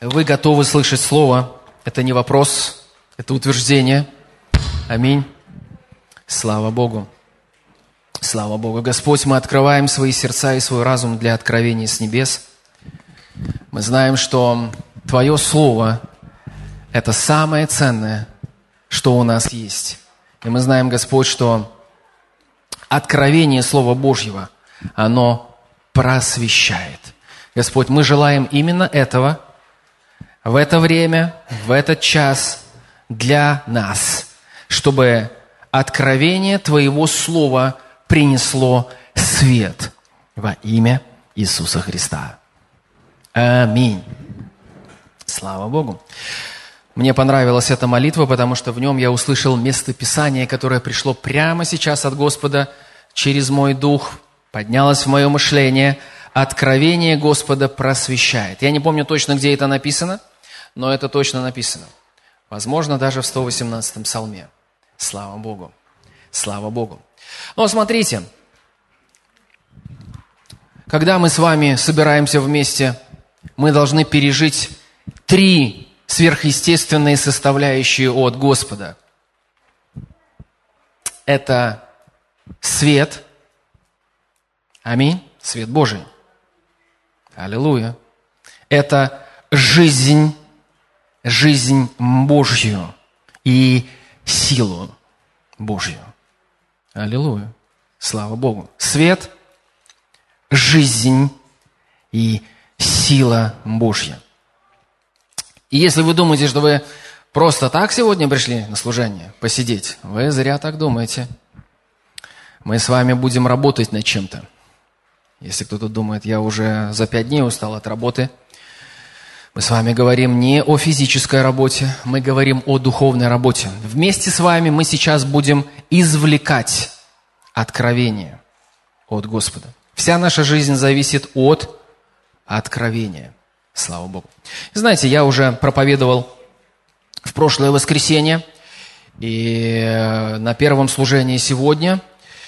Вы готовы слышать Слово? Это не вопрос, это утверждение. Аминь. Слава Богу. Слава Богу. Господь, мы открываем свои сердца и свой разум для откровения с небес. Мы знаем, что Твое Слово – это самое ценное, что у нас есть. И мы знаем, Господь, что откровение Слова Божьего, оно просвещает. Господь, мы желаем именно этого в это время, в этот час для нас, чтобы откровение Твоего Слова принесло свет во имя Иисуса Христа. Аминь. Слава Богу. Мне понравилась эта молитва, потому что в нем я услышал местописание, которое пришло прямо сейчас от Господа через мой дух, поднялось в мое мышление. Откровение Господа просвещает. Я не помню точно, где это написано, но это точно написано. Возможно, даже в 118-м псалме. Слава Богу. Слава Богу. Но смотрите, когда мы с вами собираемся вместе, мы должны пережить 3 сверхъестественные составляющие от Господа. Это свет. Аминь. Свет Божий. Аллилуйя. Это жизнь Божью и силу Божью. Аллилуйя. Слава Богу. Свет, жизнь и сила Божья. И если вы думаете, что вы просто так сегодня пришли на служение, посидеть, вы зря так думаете. Мы с вами будем работать над чем-то. Если кто-то думает, я уже за 5 дней устал от работы, мы с вами говорим не о физической работе, мы говорим о духовной работе. Вместе с вами мы сейчас будем извлекать откровение от Господа. Вся наша жизнь зависит от откровения. Слава Богу. Знаете, я уже проповедовал в прошлое воскресенье и на первом служении сегодня.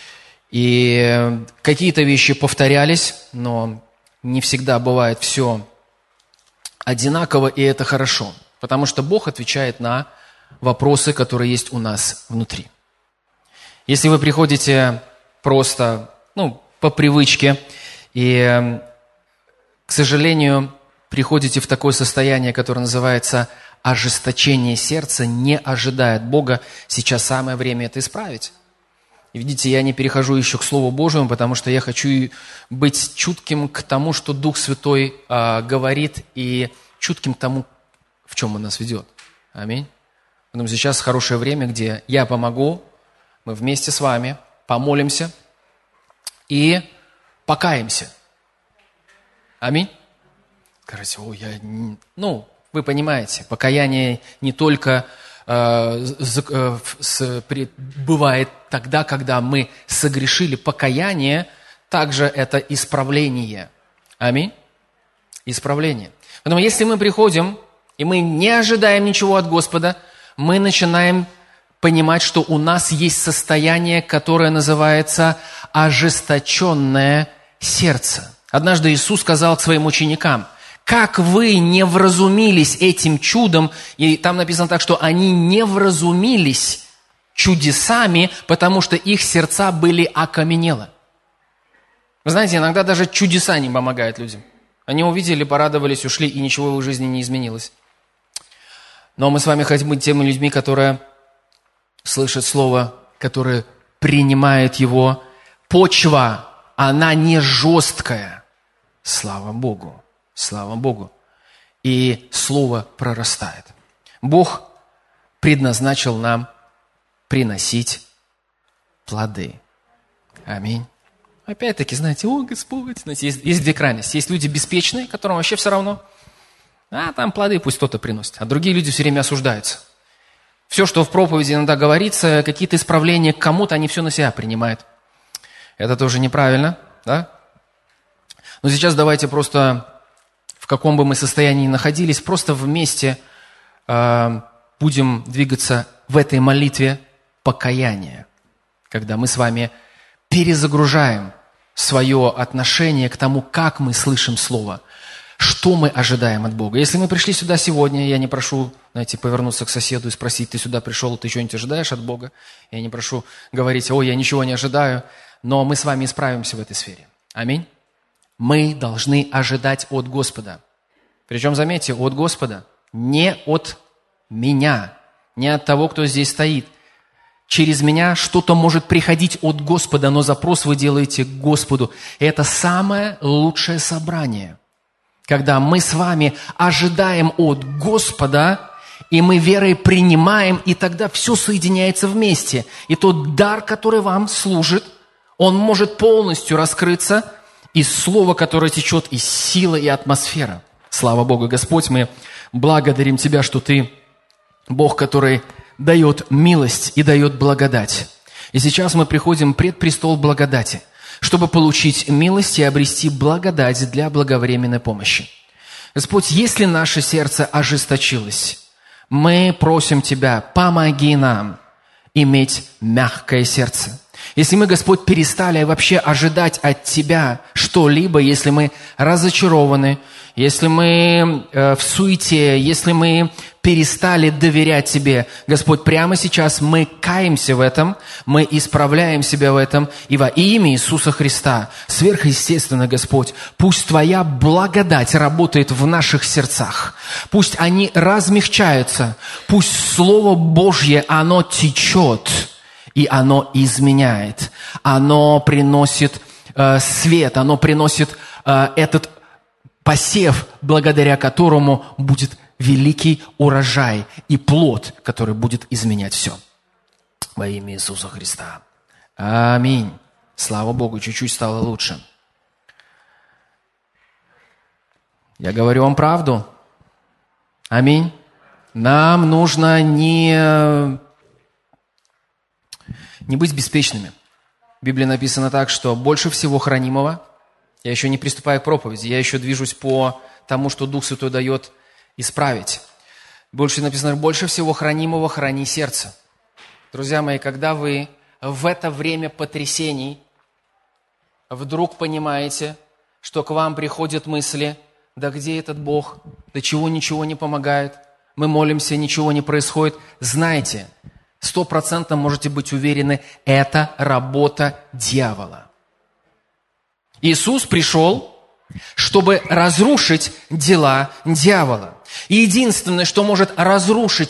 И какие-то вещи повторялись, но не всегда бывает все одинаково, и это хорошо. Потому что Бог отвечает на вопросы, которые есть у нас внутри. Если вы приходите просто, по привычке, и, к сожалению, приходите в такое состояние, которое называется ожесточение сердца, не ожидая от Бога, сейчас самое время это исправить. И видите, я не перехожу еще к Слову Божьему, потому что я хочу быть чутким к тому, что Дух Святой говорит, и чутким к тому, в чем Он нас ведет. Аминь. Поэтому сейчас хорошее время, где я помогу, мы вместе с вами помолимся и покаемся. Аминь. Скажите, вы понимаете, покаяние не только бывает тогда, когда мы согрешили. Покаяние также это исправление. Аминь. Исправление. Поэтому если мы приходим, и мы не ожидаем ничего от Господа, мы начинаем понимать, что у нас есть состояние, которое называется ожесточенное сердце. Однажды Иисус сказал к своим ученикам: как вы не вразумились этим чудом, и там написано так, что они не вразумились чудесами, потому что их сердца были окаменелы. Вы знаете, иногда даже чудеса не помогают людям. Они увидели, порадовались, ушли, и ничего в их жизни не изменилось. Но мы с вами хотим быть теми людьми, которые слышат Слово, которые принимают его. Почва, она не жесткая. Слава Богу. Слава Богу. И Слово прорастает. Бог предназначил нам приносить плоды. Аминь. Опять-таки, знаете, Господь, знаете, есть 2 крайности. Есть люди беспечные, которым вообще все равно. Там плоды пусть кто-то приносит. А другие люди все время осуждаются. Все, что в проповеди иногда говорится, какие-то исправления к кому-то, они все на себя принимают. Это тоже неправильно, да? Но сейчас давайте просто, в каком бы мы состоянии ни находились, просто вместе будем двигаться в этой молитве покаяния, когда мы с вами перезагружаем свое отношение к тому, как мы слышим Слово, что мы ожидаем от Бога. Если мы пришли сюда сегодня, я не прошу, повернуться к соседу и спросить, ты сюда пришел, ты что-нибудь ожидаешь от Бога? Я не прошу говорить, я ничего не ожидаю, но мы с вами исправимся в этой сфере. Аминь. Мы должны ожидать от Господа. Причем, заметьте, от Господа, не от меня, не от того, кто здесь стоит. Через меня что-то может приходить от Господа, но запрос вы делаете к Господу. И это самое лучшее собрание, когда мы с вами ожидаем от Господа, и мы верой принимаем, и тогда все соединяется вместе. И тот дар, который вам служит, он может полностью раскрыться из слова, которое течет из силы и атмосферы. Слава Богу, Господь, мы благодарим Тебя, что Ты Бог, который дает милость и дает благодать. И сейчас мы приходим пред престол благодати, чтобы получить милость и обрести благодать для благовременной помощи. Господь, если наше сердце ожесточилось, мы просим Тебя, помоги нам иметь мягкое сердце. Если мы, Господь, перестали вообще ожидать от Тебя что-либо, если мы разочарованы, если мы в суете, если мы перестали доверять Тебе, Господь, прямо сейчас мы каемся в этом, мы исправляем себя в этом, и во имя Иисуса Христа, сверхъестественно, Господь, пусть Твоя благодать работает в наших сердцах, пусть они размягчаются, пусть Слово Божье, оно течет, и оно изменяет, оно приносит свет, оно приносит этот посев, благодаря которому будет великий урожай и плод, который будет изменять все. Во имя Иисуса Христа. Аминь. Слава Богу, чуть-чуть стало лучше. Я говорю вам правду. Аминь. Нам нужно не быть беспечными. В Библии написано так, что больше всего хранимого, я еще не приступаю к проповеди, я еще движусь по тому, что Дух Святой дает исправить. Больше написано, больше всего хранимого храни сердце. Друзья мои, когда вы в это время потрясений вдруг понимаете, что к вам приходят мысли, да где этот Бог, да чего ничего не помогает, мы молимся, ничего не происходит, знайте, 100% можете быть уверены, это работа дьявола. Иисус пришел, чтобы разрушить дела дьявола. И единственное, что может разрушить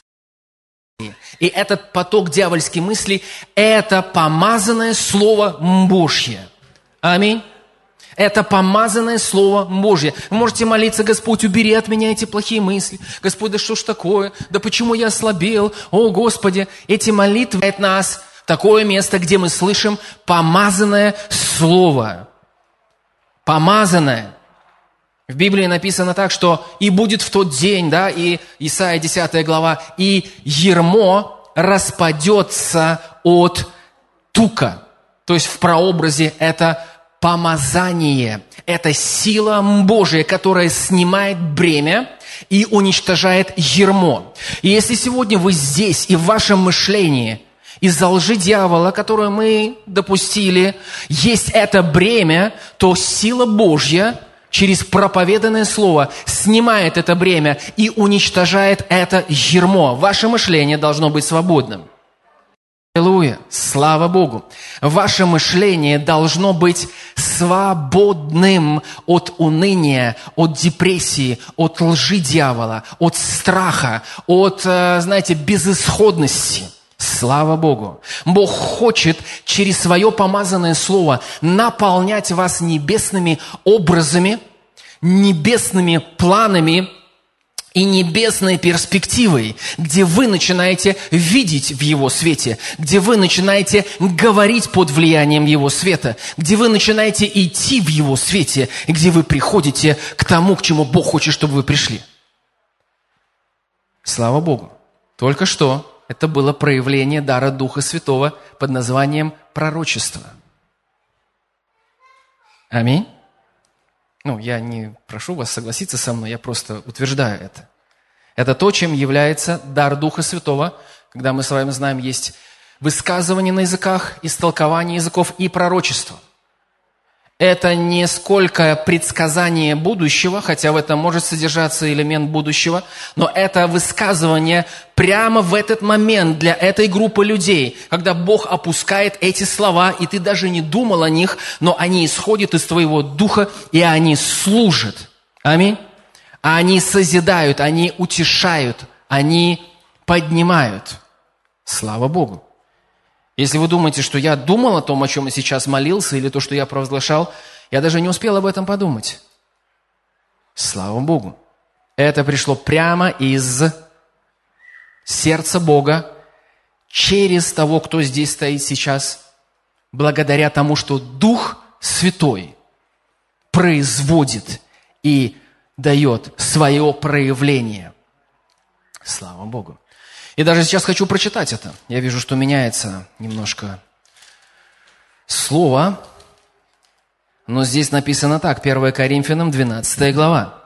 и этот поток дьявольских мыслей, это помазанное Слово Божье. Аминь. Это помазанное Слово Божье. Вы можете молиться, Господь, убери от меня эти плохие мысли. Господь, да что ж такое? Да почему я ослабел? О, Господи, эти молитвы от нас в такое место, где мы слышим помазанное Слово. Помазанное. В Библии написано так, что «и будет в тот день», да, и Исайя 10 глава, «и ярмо распадется от тука». То есть в прообразе это помазание, это сила Божия, которая снимает бремя и уничтожает ярмо. И если сегодня вы здесь и в вашем мышлении из-за лжи дьявола, которую мы допустили, есть это бремя, то сила Божья через проповеданное слово снимает это бремя и уничтожает это ярмо. Ваше мышление должно быть свободным. Аллилуйя! Слава Богу! Ваше мышление должно быть свободным от уныния, от депрессии, от лжи дьявола, от страха, от, безысходности. Слава Богу! Бог хочет через свое помазанное слово наполнять вас небесными образами, небесными планами и небесной перспективой, где вы начинаете видеть в Его свете, где вы начинаете говорить под влиянием Его света, где вы начинаете идти в Его свете, и где вы приходите к тому, к чему Бог хочет, чтобы вы пришли. Слава Богу! Только что это было проявление дара Духа Святого под названием пророчество. Аминь. Я не прошу вас согласиться со мной, я просто утверждаю это. Это то, чем является дар Духа Святого, когда мы с вами знаем, есть высказывание на языках, истолкование языков и пророчество. Это не сколько предсказание будущего, хотя в этом может содержаться элемент будущего, но это высказывание прямо в этот момент для этой группы людей, когда Бог опускает эти слова, и ты даже не думал о них, но они исходят из твоего духа, и они служат. Аминь. Они созидают, они утешают, они поднимают. Слава Богу. Если вы думаете, что я думал о том, о чем я сейчас молился, или то, что я провозглашал, я даже не успел об этом подумать. Слава Богу. Это пришло прямо из сердца Бога, через того, кто здесь стоит сейчас, благодаря тому, что Дух Святой производит и дает свое проявление. Слава Богу. И даже сейчас хочу прочитать это. Я вижу, что меняется немножко слово, но здесь написано так, 1 Коринфянам, 12 глава.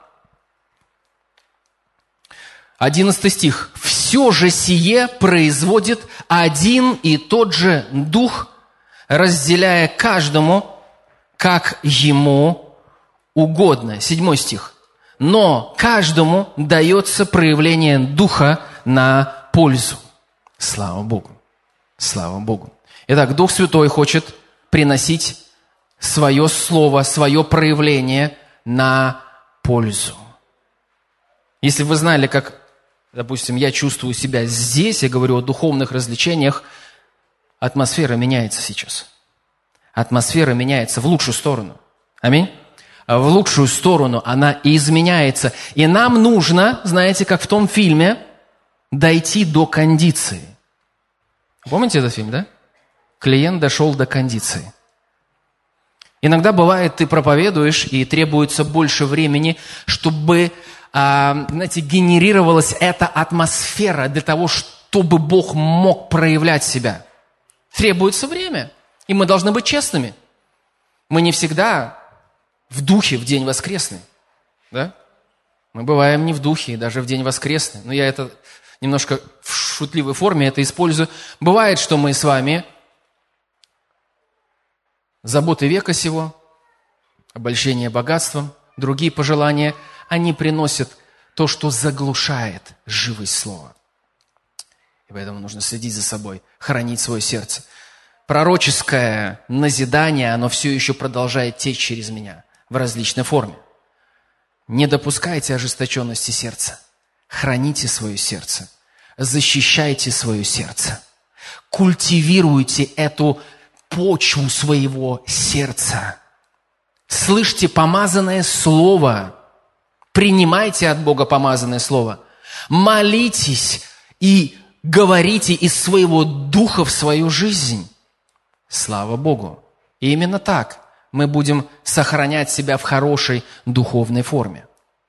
11 стих. «Все же сие производит один и тот же Дух, разделяя каждому, как ему угодно». 7 стих. «Но каждому дается проявление Духа на пользу». Слава Богу. Слава Богу. Итак, Дух Святой хочет приносить свое слово, свое проявление на пользу. Если вы знали, как, допустим, я чувствую себя здесь, я говорю о духовных развлечениях, атмосфера меняется сейчас. Атмосфера меняется в лучшую сторону. Аминь. В лучшую сторону она изменяется. И нам нужно, знаете, как в том фильме, дойти до кондиции. Помните этот фильм, да? Клиент дошел до кондиции. Иногда бывает, ты проповедуешь, и требуется больше времени, чтобы, знаете, генерировалась эта атмосфера для того, чтобы Бог мог проявлять себя. Требуется время, и мы должны быть честными. Мы не всегда в духе в день воскресный, да? Мы бываем не в духе, даже в день воскресный. Но я это немножко в шутливой форме это использую. Бывает, что мы с вами заботы века сего, обольщение богатством, другие пожелания, они приносят то, что заглушает живость слова. И поэтому нужно следить за собой, хранить свое сердце. Пророческое назидание, оно все еще продолжает течь через меня в различной форме. Не допускайте ожесточенности сердца. Храните свое сердце. Защищайте свое сердце. Культивируйте эту почву своего сердца. Слышьте помазанное слово. Принимайте от Бога помазанное слово. Молитесь и говорите из своего духа в свою жизнь. Слава Богу. И именно так мы будем сохранять себя в хорошей духовной форме.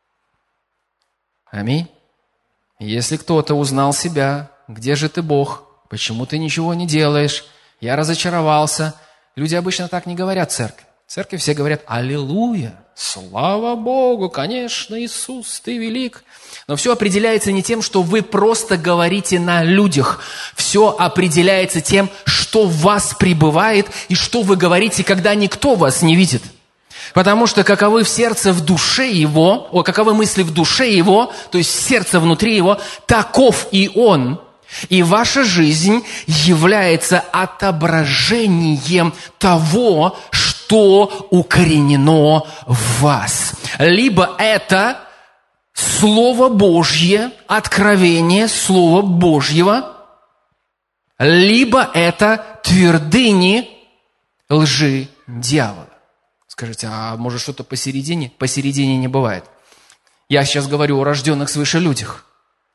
Аминь. Если кто-то узнал себя, где же ты, Бог? Почему ты ничего не делаешь? Я разочаровался. Люди обычно так не говорят в церкви. В церкви все говорят: «Аллилуйя! Слава Богу! Конечно, Иисус, ты велик!» Но все определяется не тем, что вы просто говорите на людях. Все определяется тем, что в вас пребывает и что вы говорите, когда никто вас не видит. Потому что каковы в сердце, в душе его, каковы мысли в душе его, то есть сердце внутри его, таков и он. И ваша жизнь является отображением того, что укоренено в вас. Либо это Слово Божье, откровение Слова Божьего, либо это твердыни лжи дьявола. Скажите, а может что-то посередине? Посередине не бывает. Я сейчас говорю о рожденных свыше людях.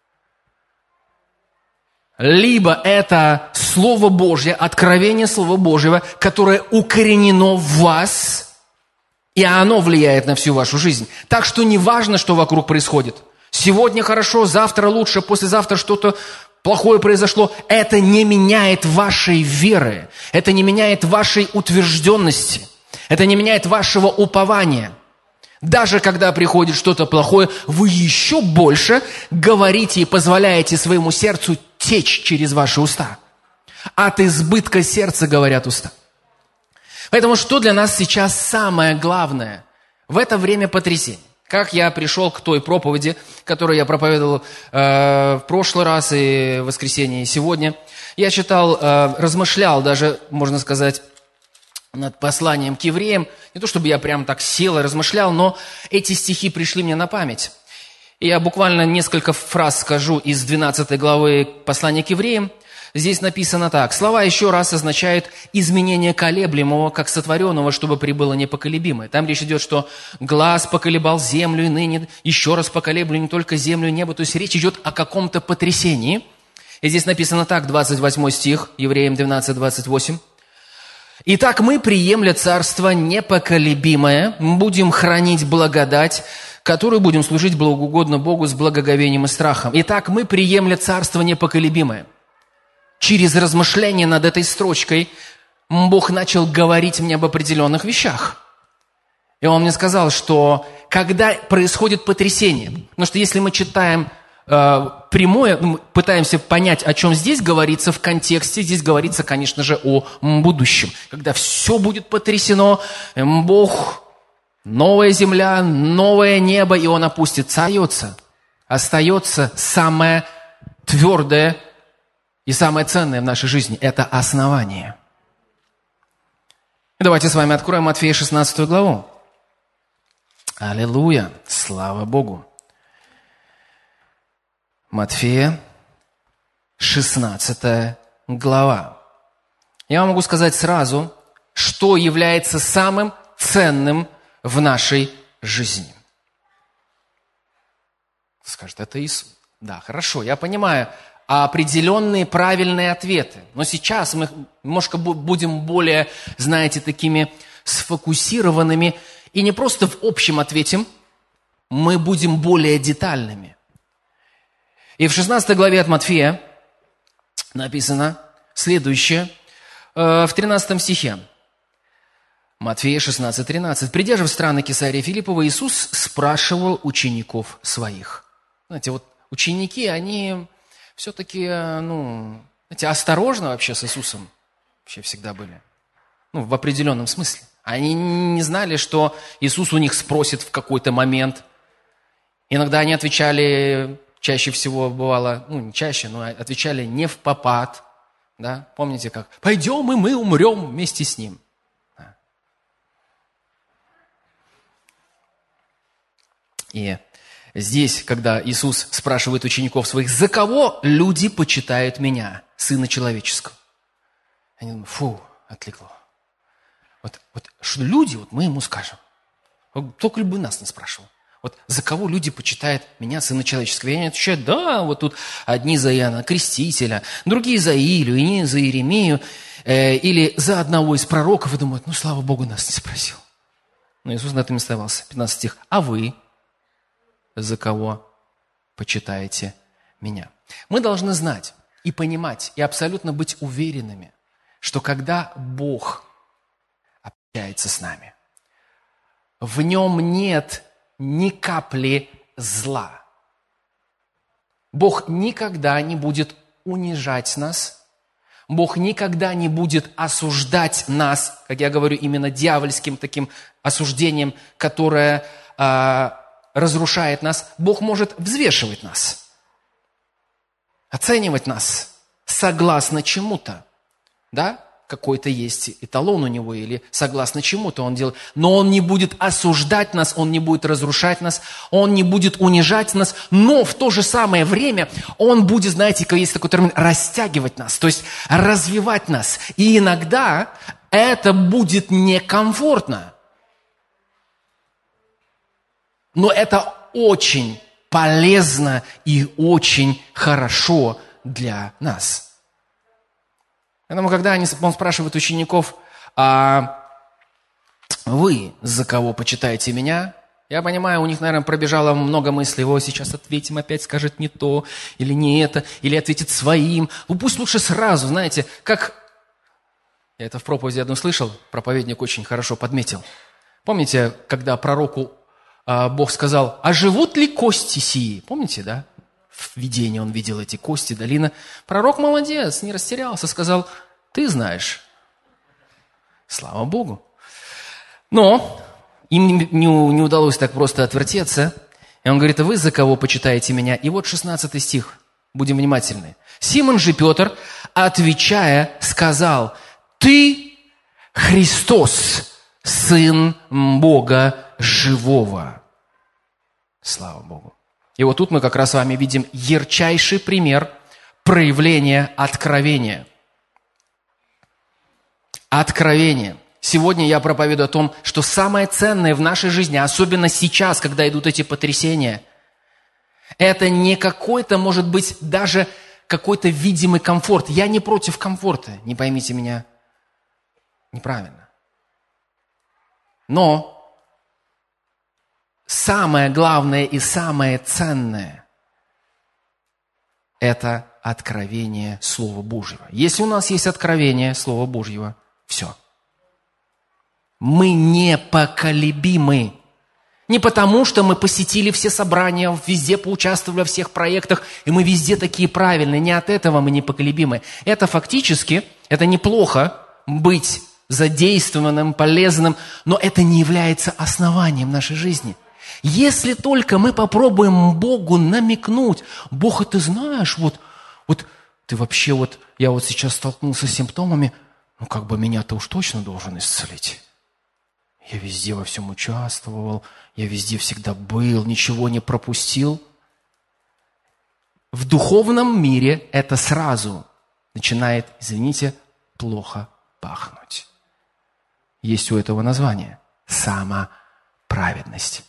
Либо это Слово Божье, откровение Слова Божьего, которое укоренено в вас, и оно влияет на всю вашу жизнь. Так что не важно, что вокруг происходит. Сегодня хорошо, завтра лучше, послезавтра что-то плохое произошло. Это не меняет вашей веры. Это не меняет вашей утвержденности. Это не меняет вашего упования. Даже когда приходит что-то плохое, вы еще больше говорите и позволяете своему сердцу течь через ваши уста. От избытка сердца говорят уста. Поэтому что для нас сейчас самое главное в это время потрясения? Как я пришел к той проповеди, которую я проповедовал в прошлый раз и в воскресенье, и сегодня. Я читал, размышлял даже, можно сказать, над посланием к евреям. Не то чтобы я прям так сел и размышлял, но эти стихи пришли мне на память. И я буквально несколько фраз скажу из 12 главы послания к евреям. Здесь написано так. «Слова еще раз означают изменение колеблемого, как сотворенного, чтобы прибыло непоколебимое». Там речь идет, что глаз поколебал землю, и ныне еще раз поколеблю не только землю и небо. То есть речь идет о каком-то потрясении. И здесь написано так, 28 стих, Евреям 12, 28. «Итак, мы, приемля царство непоколебимое, будем хранить благодать, которую будем служить благоугодно Богу с благоговением и страхом. Итак, мы, приемля царство непоколебимое». Через размышление над этой строчкой Бог начал говорить мне об определенных вещах. И Он мне сказал, что когда происходит потрясение, потому что если мы читаем прямое, мы пытаемся понять, о чем здесь говорится в контексте, здесь говорится, конечно же, о будущем. Когда все будет потрясено, Бог, новая земля, новое небо, и Он опустится. Остается самое твердое и самое ценное в нашей жизни – это основание. Давайте с вами откроем Матфея 16 главу. Аллилуйя! Слава Богу! Матфея 16 глава. Я вам могу сказать сразу, что является самым ценным в нашей жизни. Скажет, это Иисус. Да, хорошо, я понимаю. Определенные правильные ответы. Но сейчас мы немножко будем более, знаете, такими сфокусированными. И не просто в общем ответим, мы будем более детальными. И в 16 главе от Матфея написано следующее, в 13 стихе. Матфея 16, 13. «Придя же в страны Кесария Филиппова, Иисус спрашивал учеников своих». Знаете, вот ученики, они все-таки, знаете, осторожно вообще с Иисусом вообще всегда были. В определенном смысле. Они не знали, что Иисус у них спросит в какой-то момент. Иногда они отвечали, чаще всего бывало, не чаще, но отвечали не впопад. Да? Помните как? «Пойдем, и мы умрем вместе с Ним». И здесь, когда Иисус спрашивает учеников своих, «За кого люди почитают меня, Сына Человеческого?» Они думают, отлегло. Вот что люди, мы ему скажем. Только бы нас не спрашивал. За кого люди почитают меня, Сына Человеческого? И они отвечают, да, тут одни за Иоанна Крестителя, другие за Илью, иные за Иеремию, или за одного из пророков, и думают, слава Богу, нас не спросил. Но Иисус на этом и оставался. 15 стих. «А вы за кого почитаете меня?» Мы должны знать и понимать, и абсолютно быть уверенными, что когда Бог общается с нами, в Нем нет ни капли зла. Бог никогда не будет унижать нас, Бог никогда не будет осуждать нас, как я говорю, именно дьявольским таким осуждением, которое разрушает нас. Бог может взвешивать нас, оценивать нас согласно чему-то. Да? Какой-то есть эталон у него или согласно чему-то он делает. Но он не будет осуждать нас, он не будет разрушать нас, он не будет унижать нас, но в то же самое время он будет, знаете, есть такой термин, растягивать нас, то есть развивать нас. И иногда это будет некомфортно. Но это очень полезно и очень хорошо для нас. Поэтому, когда он спрашивает учеников, а вы за кого почитаете меня? Я понимаю, у них, наверное, пробежало много мыслей. Сейчас ответим, опять скажет не то, или не это, или ответит своим. Пусть лучше сразу, знаете, как... Я это в проповеди одну слышал, проповедник очень хорошо подметил. Помните, когда пророку Бог сказал, а живут ли кости сии? Помните, да? В видении он видел эти кости, долина. Пророк молодец, не растерялся, сказал, ты знаешь. Слава Богу. Но им не удалось так просто отвертеться. И он говорит: а вы за кого почитаете меня? И вот 16 стих. Будем внимательны. Симон же Петр, отвечая, сказал: ты Христос, Сын Бога живого. Слава Богу. И вот тут мы как раз с вами видим ярчайший пример проявления откровения. Откровение. Сегодня я проповедую о том, что самое ценное в нашей жизни, особенно сейчас, когда идут эти потрясения, это не какой-то, может быть, даже какой-то видимый комфорт. Я не против комфорта, не поймите меня неправильно. Но самое главное и самое ценное – это откровение Слова Божьего. Если у нас есть откровение Слова Божьего, все. Мы непоколебимы. Не потому, что мы посетили все собрания, везде поучаствовали во всех проектах, и мы везде такие правильные. Не от этого мы непоколебимы. Это фактически, это неплохо быть задействованным, полезным, но это не является основанием нашей жизни. Если только мы попробуем Богу намекнуть: Бог, а ты знаешь, вот ты вообще я сейчас столкнулся с симптомами, меня-то уж точно должен исцелить. Я везде во всем участвовал, я везде всегда был, ничего не пропустил. В духовном мире это сразу начинает, извините, плохо пахнуть. Есть у этого название – самоправедность.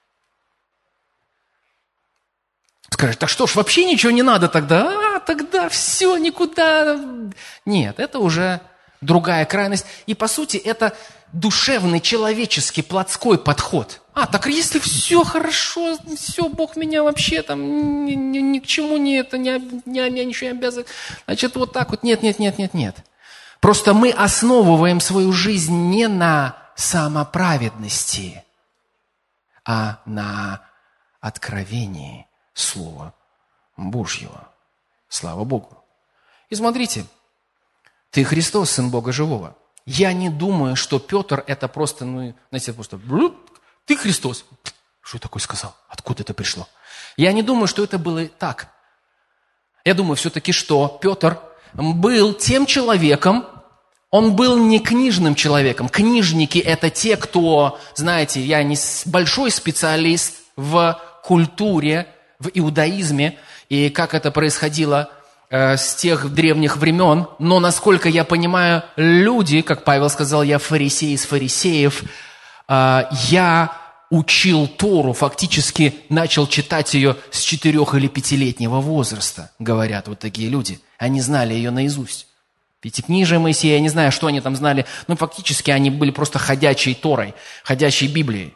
Скажешь: так что ж, вообще ничего не надо тогда? Тогда все, никуда. Нет, это уже другая крайность. И по сути это душевный, человеческий, плотской подход. Так если все хорошо, все, Бог меня вообще ни к чему меня ничего не обязывает. Значит, вот так вот. Нет. Просто мы основываем свою жизнь не на самоправедности, а на откровении Слова Божьего. Слава Богу. И смотрите, ты Христос, Сын Бога живого. Я не думаю, что Петр это просто, ты Христос. Что я такое сказал? Откуда это пришло? Я не думаю, что это было так. Я думаю все-таки, что Петр был тем человеком, он был не книжным человеком. Книжники – это те, кто, знаете, я не большой специалист в культуре, в иудаизме, и как это происходило с тех древних времен, но, насколько я понимаю, люди, как Павел сказал, я фарисей из фарисеев, я учил Тору, фактически начал читать ее с 4 или 5-летнего возраста, говорят вот такие люди. Они знали ее наизусть. Пятикнижие Моисея, я не знаю, что они там знали, но фактически они были просто ходячей Торой, ходячей Библией.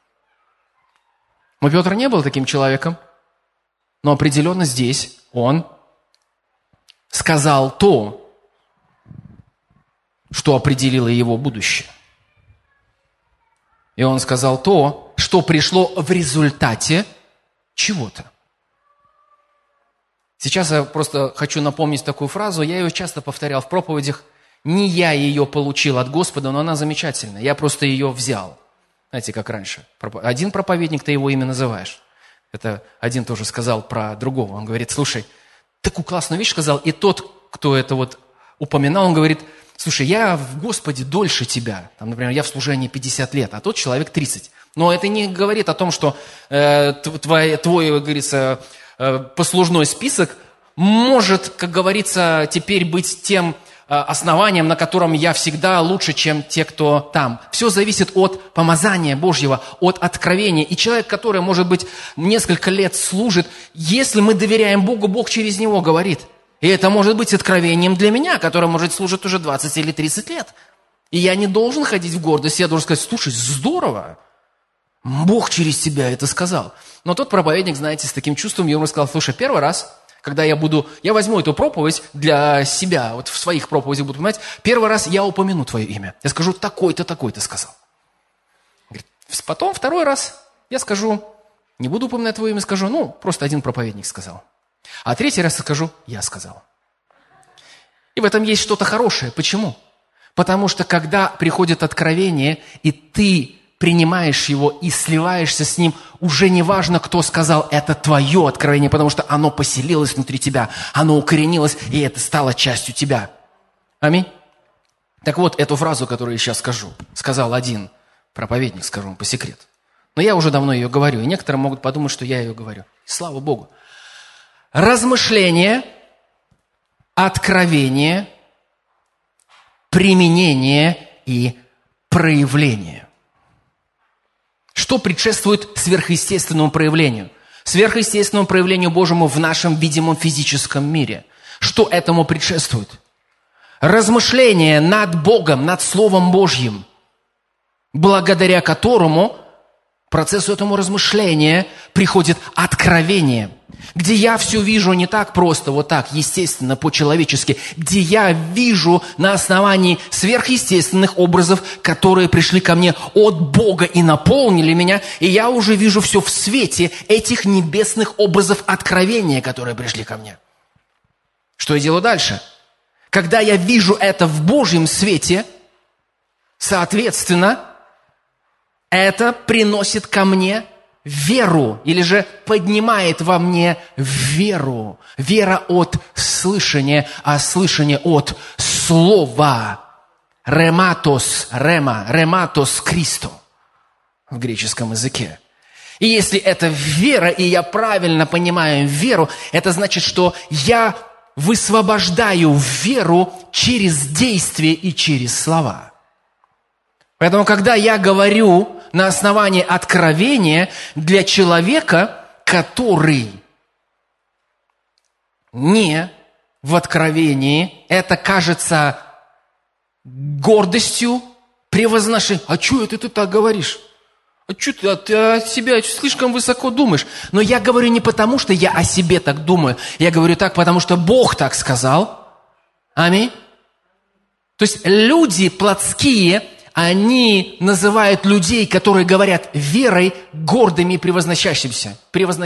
Но Петр не был таким человеком, но определенно здесь он сказал то, что определило его будущее. И он сказал то, что пришло в результате чего-то. Сейчас я просто хочу напомнить такую фразу, я ее часто повторял в проповедях. Не я ее получил от Господа, но она замечательная, я просто ее взял. Знаете, как раньше. Один проповедник, ты его имя называешь. Это один тоже сказал про другого. Он говорит: слушай, такую классную вещь сказал, и тот, кто это упоминал, он говорит: слушай, я в Господе дольше тебя. Например, я в служении 50 лет, а тот человек 30. Но это не говорит о том, что твой, как говорится, послужной список может, как говорится, теперь быть тем основанием, на котором я всегда лучше, чем те, кто там. Все зависит от помазания Божьего, от откровения. И человек, который, может быть, несколько лет служит, если мы доверяем Богу, Бог через него говорит. И это может быть откровением для меня, который, может, служит уже 20 или 30 лет. И я не должен ходить в гордость, я должен сказать: слушай, здорово, Бог через тебя это сказал. Но тот проповедник, знаете, с таким чувством, ему сказал: слушай, первый раз, когда я возьму эту проповедь для себя, в своих проповедях буду понимать, первый раз я упомяну твое имя. Я скажу: такой-то, такой-то сказал. Говорит, потом второй раз я скажу, не буду упоминать твое имя, скажу, просто один проповедник сказал. А третий раз скажу: я сказал. И в этом есть что-то хорошее. Почему? Потому что когда приходит откровение, и ты принимаешь его и сливаешься с ним, уже не важно, кто сказал, это твое откровение, потому что оно поселилось внутри тебя, оно укоренилось, и это стало частью тебя. Аминь. Так вот, эту фразу, которую я сейчас скажу, сказал один проповедник, скажу вам по секрету. Но я уже давно ее говорю, и некоторые могут подумать, что я ее говорю. Слава Богу. Размышление, откровение, применение и проявление. Что предшествует сверхъестественному проявлению? Сверхъестественному проявлению Божьему в нашем видимом физическом мире. Что этому предшествует? Размышление над Богом, над Словом Божьим, благодаря которому процессу этому размышления приходит откровение, где я все вижу не так просто, вот так, естественно, по-человечески, где я вижу на основании сверхъестественных образов, которые пришли ко мне от Бога и наполнили меня, и я уже вижу все в свете этих небесных образов откровения, которые пришли ко мне. Что я делаю дальше? Когда я вижу это в Божьем свете, соответственно, это приносит ко мне веру, или же поднимает во мне веру. Вера от слышания, а слышание от слова. Рематос, рематос Кристо в греческом языке. И если это вера, и я правильно понимаю веру, это значит, что я высвобождаю веру через действие и через слова. Поэтому, когда я говорю на основании откровения для человека, который не в откровении, это кажется гордостью, превозношением. А что это ты так говоришь? А что ты о себе слишком высоко думаешь? Но я говорю не потому, что я о себе так думаю. Я говорю так, потому что Бог так сказал. Аминь. То есть люди плотские, они называют людей, которые говорят верой, гордыми и превозносящимися.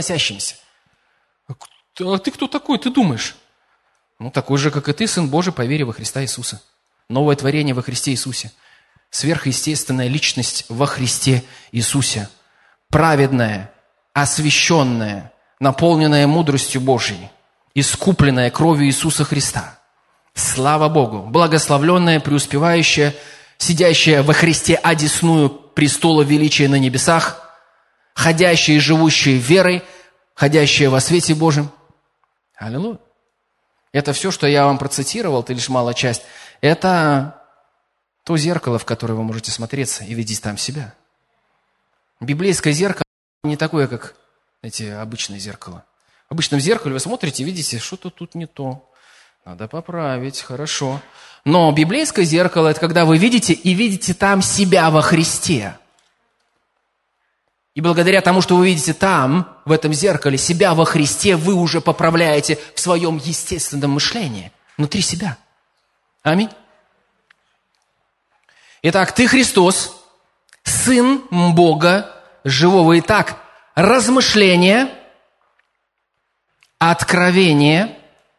А ты кто такой, ты думаешь? Ну, такой же, как и ты, Сын Божий, по вере во Христа Иисуса. Новое творение во Христе Иисусе. Сверхъестественная личность во Христе Иисусе. Праведная, освященная, наполненная мудростью Божьей, искупленная кровью Иисуса Христа. Слава Богу! Благословленная, преуспевающая, сидящая во Христе одесную престола величия на небесах, ходящая и живущая верой, ходящая во свете Божьем. Аллилуйя! Это все, что я вам процитировал, это лишь малая часть. Это то зеркало, в которое вы можете смотреться и видеть там себя. Библейское зеркало не такое, как эти обычные зеркала. В обычном зеркале вы смотрите и видите, что-то тут не то. Надо поправить, хорошо. Но библейское зеркало – это когда вы видите и видите там себя во Христе. И благодаря тому, что вы видите там, в этом зеркале, себя во Христе, вы уже поправляете в своем естественном мышлении, внутри себя. Аминь. Итак, ты Христос, Сын Бога живого. Итак, размышление, откровение,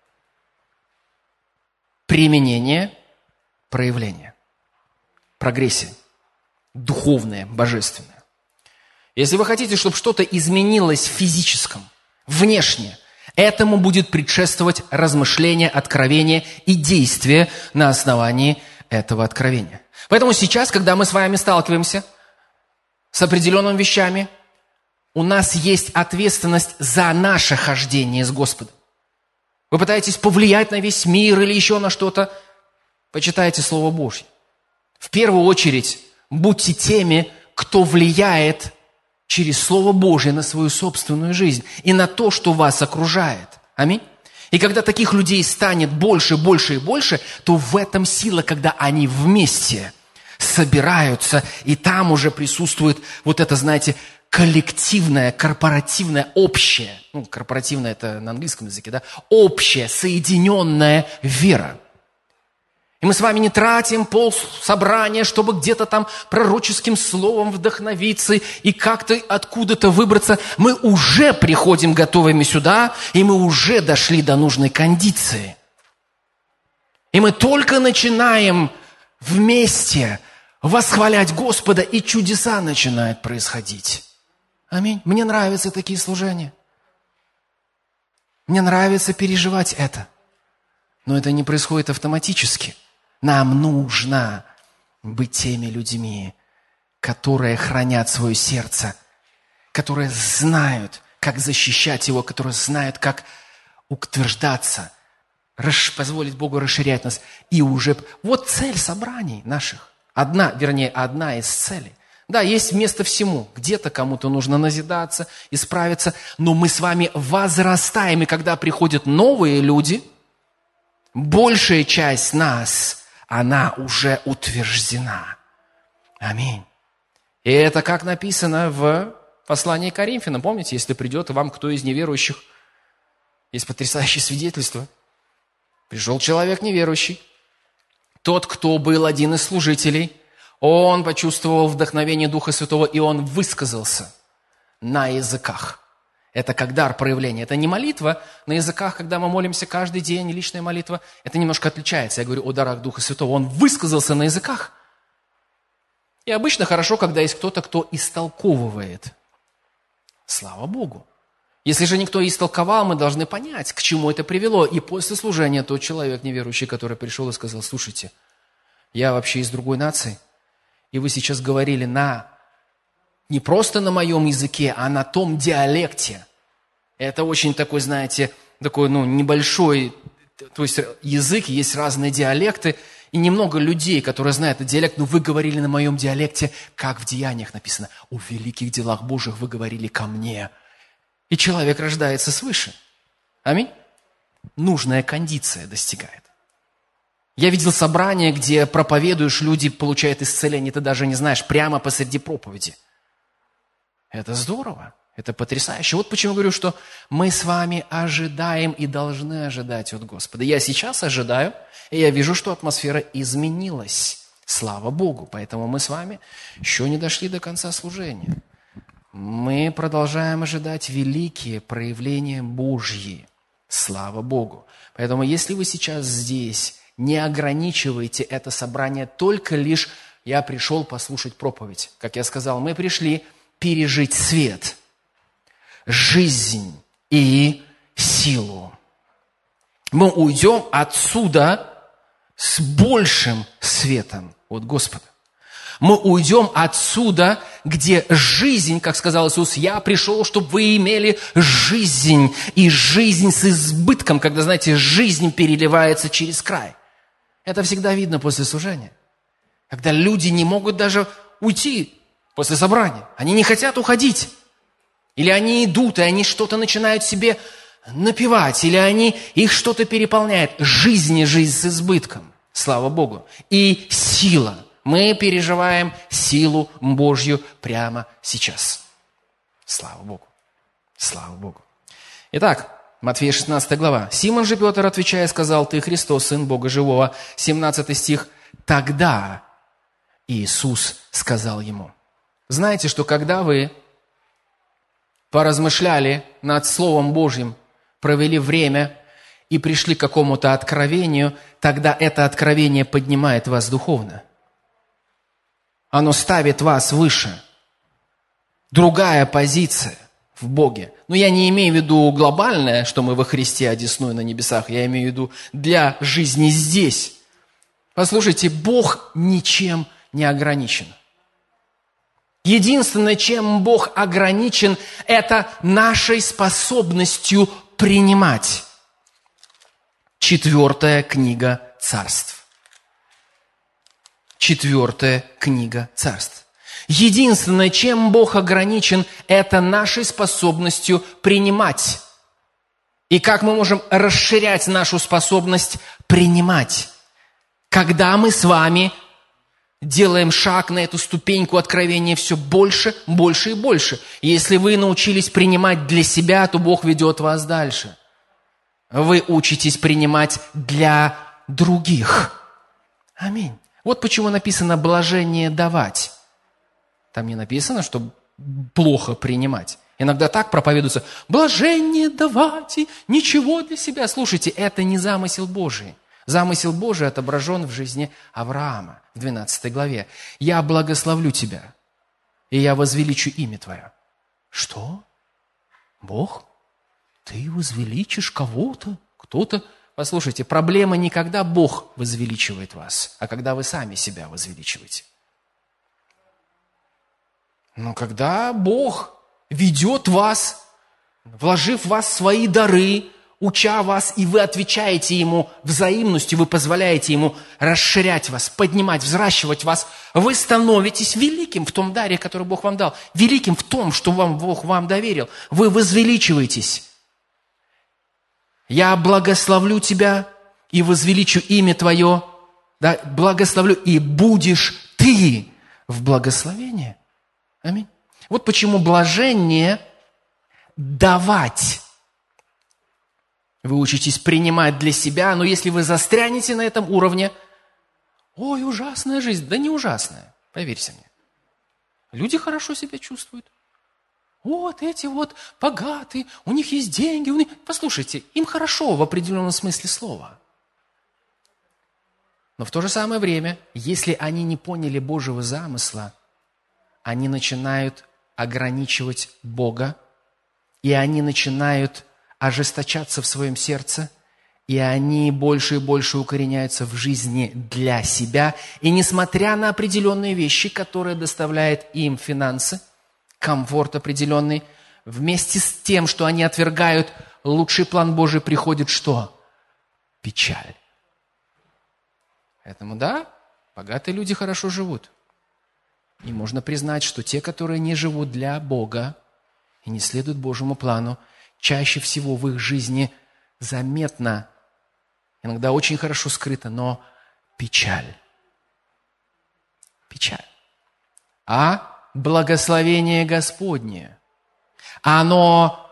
применение, проявление. Прогрессия. Духовная, божественная. Если вы хотите, чтобы что-то изменилось в физическом, внешне, этому будет предшествовать размышление, откровение и действие на основании этого откровения. Поэтому сейчас, когда мы с вами сталкиваемся с определенными вещами, у нас есть ответственность за наше хождение с Господом. Вы пытаетесь повлиять на весь мир или еще на что-то, почитайте Слово Божье. В первую очередь, будьте теми, кто влияет через Слово Божье на свою собственную жизнь и на то, что вас окружает. Аминь. И когда таких людей станет больше, больше и больше, то в этом сила, когда они вместе собираются, и там уже присутствует вот это, знаете, коллективное, корпоративное, общее, корпоративное это на английском языке, да, общая, соединенная вера. И мы с вами не тратим полсобрания, чтобы где-то там пророческим словом вдохновиться и как-то откуда-то выбраться. Мы уже приходим готовыми сюда, и мы уже дошли до нужной кондиции. И мы только начинаем вместе восхвалять Господа, и чудеса начинают происходить. Аминь. Мне нравятся такие служения. Мне нравится переживать это. Но это не происходит автоматически. Нам нужно быть теми людьми, которые хранят свое сердце, которые знают, как защищать его, которые знают, как утверждаться, позволить Богу расширять нас. И уже... Вот цель собраний наших. Одна из целей. Да, есть место всему. Где-то кому-то нужно назидаться, исправиться. Но мы с вами возрастаем. И когда приходят новые люди, большая часть нас, она уже утверждена. Аминь. И это как написано в послании к Коринфянам. Помните, если придет вам кто из неверующих, есть потрясающее свидетельство. Пришел человек неверующий. Тот, кто был один из служителей, он почувствовал вдохновение Духа Святого, и он высказался на языках. Это как дар проявления. Это не молитва на языках, когда мы молимся каждый день, личная молитва. Это немножко отличается. Я говорю о дарах Духа Святого. Он высказался на языках. И обычно хорошо, когда есть кто-то, кто истолковывает. Слава Богу. Если же никто истолковал, мы должны понять, к чему это привело. И после служения тот человек неверующий, который пришел и сказал: слушайте, я вообще из другой нации, и вы сейчас говорили не просто на моем языке, а на том диалекте. Это очень такой, знаете, небольшой, то есть язык, есть разные диалекты, и немного людей, которые знают этот диалект, но вы говорили на моем диалекте, как в Деяниях написано: «О великих делах Божьих вы говорили ко мне». И человек рождается свыше. Аминь. Нужная кондиция достигает. Я видел собрание, где проповедуешь, люди получают исцеление, ты даже не знаешь, прямо посреди проповеди. Это здорово, это потрясающе. Вот почему говорю, что мы с вами ожидаем и должны ожидать от Господа. Я сейчас ожидаю, и я вижу, что атмосфера изменилась. Слава Богу. Поэтому мы с вами еще не дошли до конца служения. Мы продолжаем ожидать великие проявления Божьи. Слава Богу. Поэтому если вы сейчас здесь, не ограничивайте это собрание только лишь «я пришел послушать проповедь». Как я сказал, мы пришли пережить свет, жизнь и силу. Мы уйдем отсюда с большим светом от Господа. Мы уйдем отсюда, где жизнь, как сказал Иисус: «Я пришел, чтобы вы имели жизнь, и жизнь с избытком», когда, знаете, жизнь переливается через край. Это всегда видно после служения. Когда люди не могут даже уйти после собрания. Они не хотят уходить. Или они идут, и они что-то начинают себе напевать, или их что-то переполняет. Жизнь с избытком. Слава Богу. И сила. Мы переживаем силу Божью прямо сейчас. Слава Богу. Слава Богу. Итак, Матфея 16 глава. «Симон же Петр, отвечая, сказал: Ты Христос, Сын Бога Живого». 17 стих. «Тогда Иисус сказал ему». Знаете, что когда вы поразмышляли над Словом Божьим, провели время и пришли к какому-то откровению, тогда это откровение поднимает вас духовно. Оно ставит вас выше. Другая позиция в Боге. Но я не имею в виду глобальное, что мы во Христе, одесную на небесах. Я имею в виду для жизни здесь. Послушайте, Бог ничем не ограничен. Единственное, чем Бог ограничен, это нашей способностью принимать. 4 книга Царств. 4 книга Царств. Единственное, чем Бог ограничен, это нашей способностью принимать. И как мы можем расширять нашу способность принимать? Когда мы с вами делаем шаг на эту ступеньку откровения все больше, больше и больше. И если вы научились принимать для себя, то Бог ведет вас дальше. Вы учитесь принимать для других. Аминь. Вот почему написано «блажение давать». Там не написано, что плохо принимать. Иногда так проповедуется: «блажение давать и ничего для себя». Слушайте, это не замысел Божий. Замысел Божий отображен в жизни Авраама в 12 главе. «Я благословлю тебя, и я возвеличу имя твое». Что? Бог? Ты возвеличишь кого-то? Кто-то? Послушайте, проблема не когда Бог возвеличивает вас, а когда вы сами себя возвеличиваете. Но когда Бог ведет вас, вложив в вас свои дары, уча вас, и вы отвечаете Ему взаимностью, вы позволяете Ему расширять вас, поднимать, взращивать вас, вы становитесь великим в том даре, который Бог вам дал, великим в том, что Бог вам доверил. Вы возвеличиваетесь. «Я благословлю тебя и возвеличу имя твое». Да, благословлю, и будешь ты в благословении. Аминь. Вот почему блажение давать. Вы учитесь принимать для себя, но если вы застрянете на этом уровне, ой, ужасная жизнь. Да не ужасная, поверьте мне. Люди хорошо себя чувствуют. Вот эти вот богатые, у них есть деньги. Послушайте, им хорошо в определенном смысле слова. Но в то же самое время, если они не поняли Божьего замысла, они начинают ограничивать Бога, и они начинают ожесточаться в своем сердце, и они больше и больше укореняются в жизни для себя. И несмотря на определенные вещи, которые доставляют им финансы, комфорт определенный, вместе с тем, что они отвергают лучший план Божий, приходит что? Печаль. Поэтому да, богатые люди хорошо живут. И можно признать, что те, которые не живут для Бога и не следуют Божьему плану, чаще всего в их жизни заметно, иногда очень хорошо скрыто, но печаль. Печаль. А благословение Господне, оно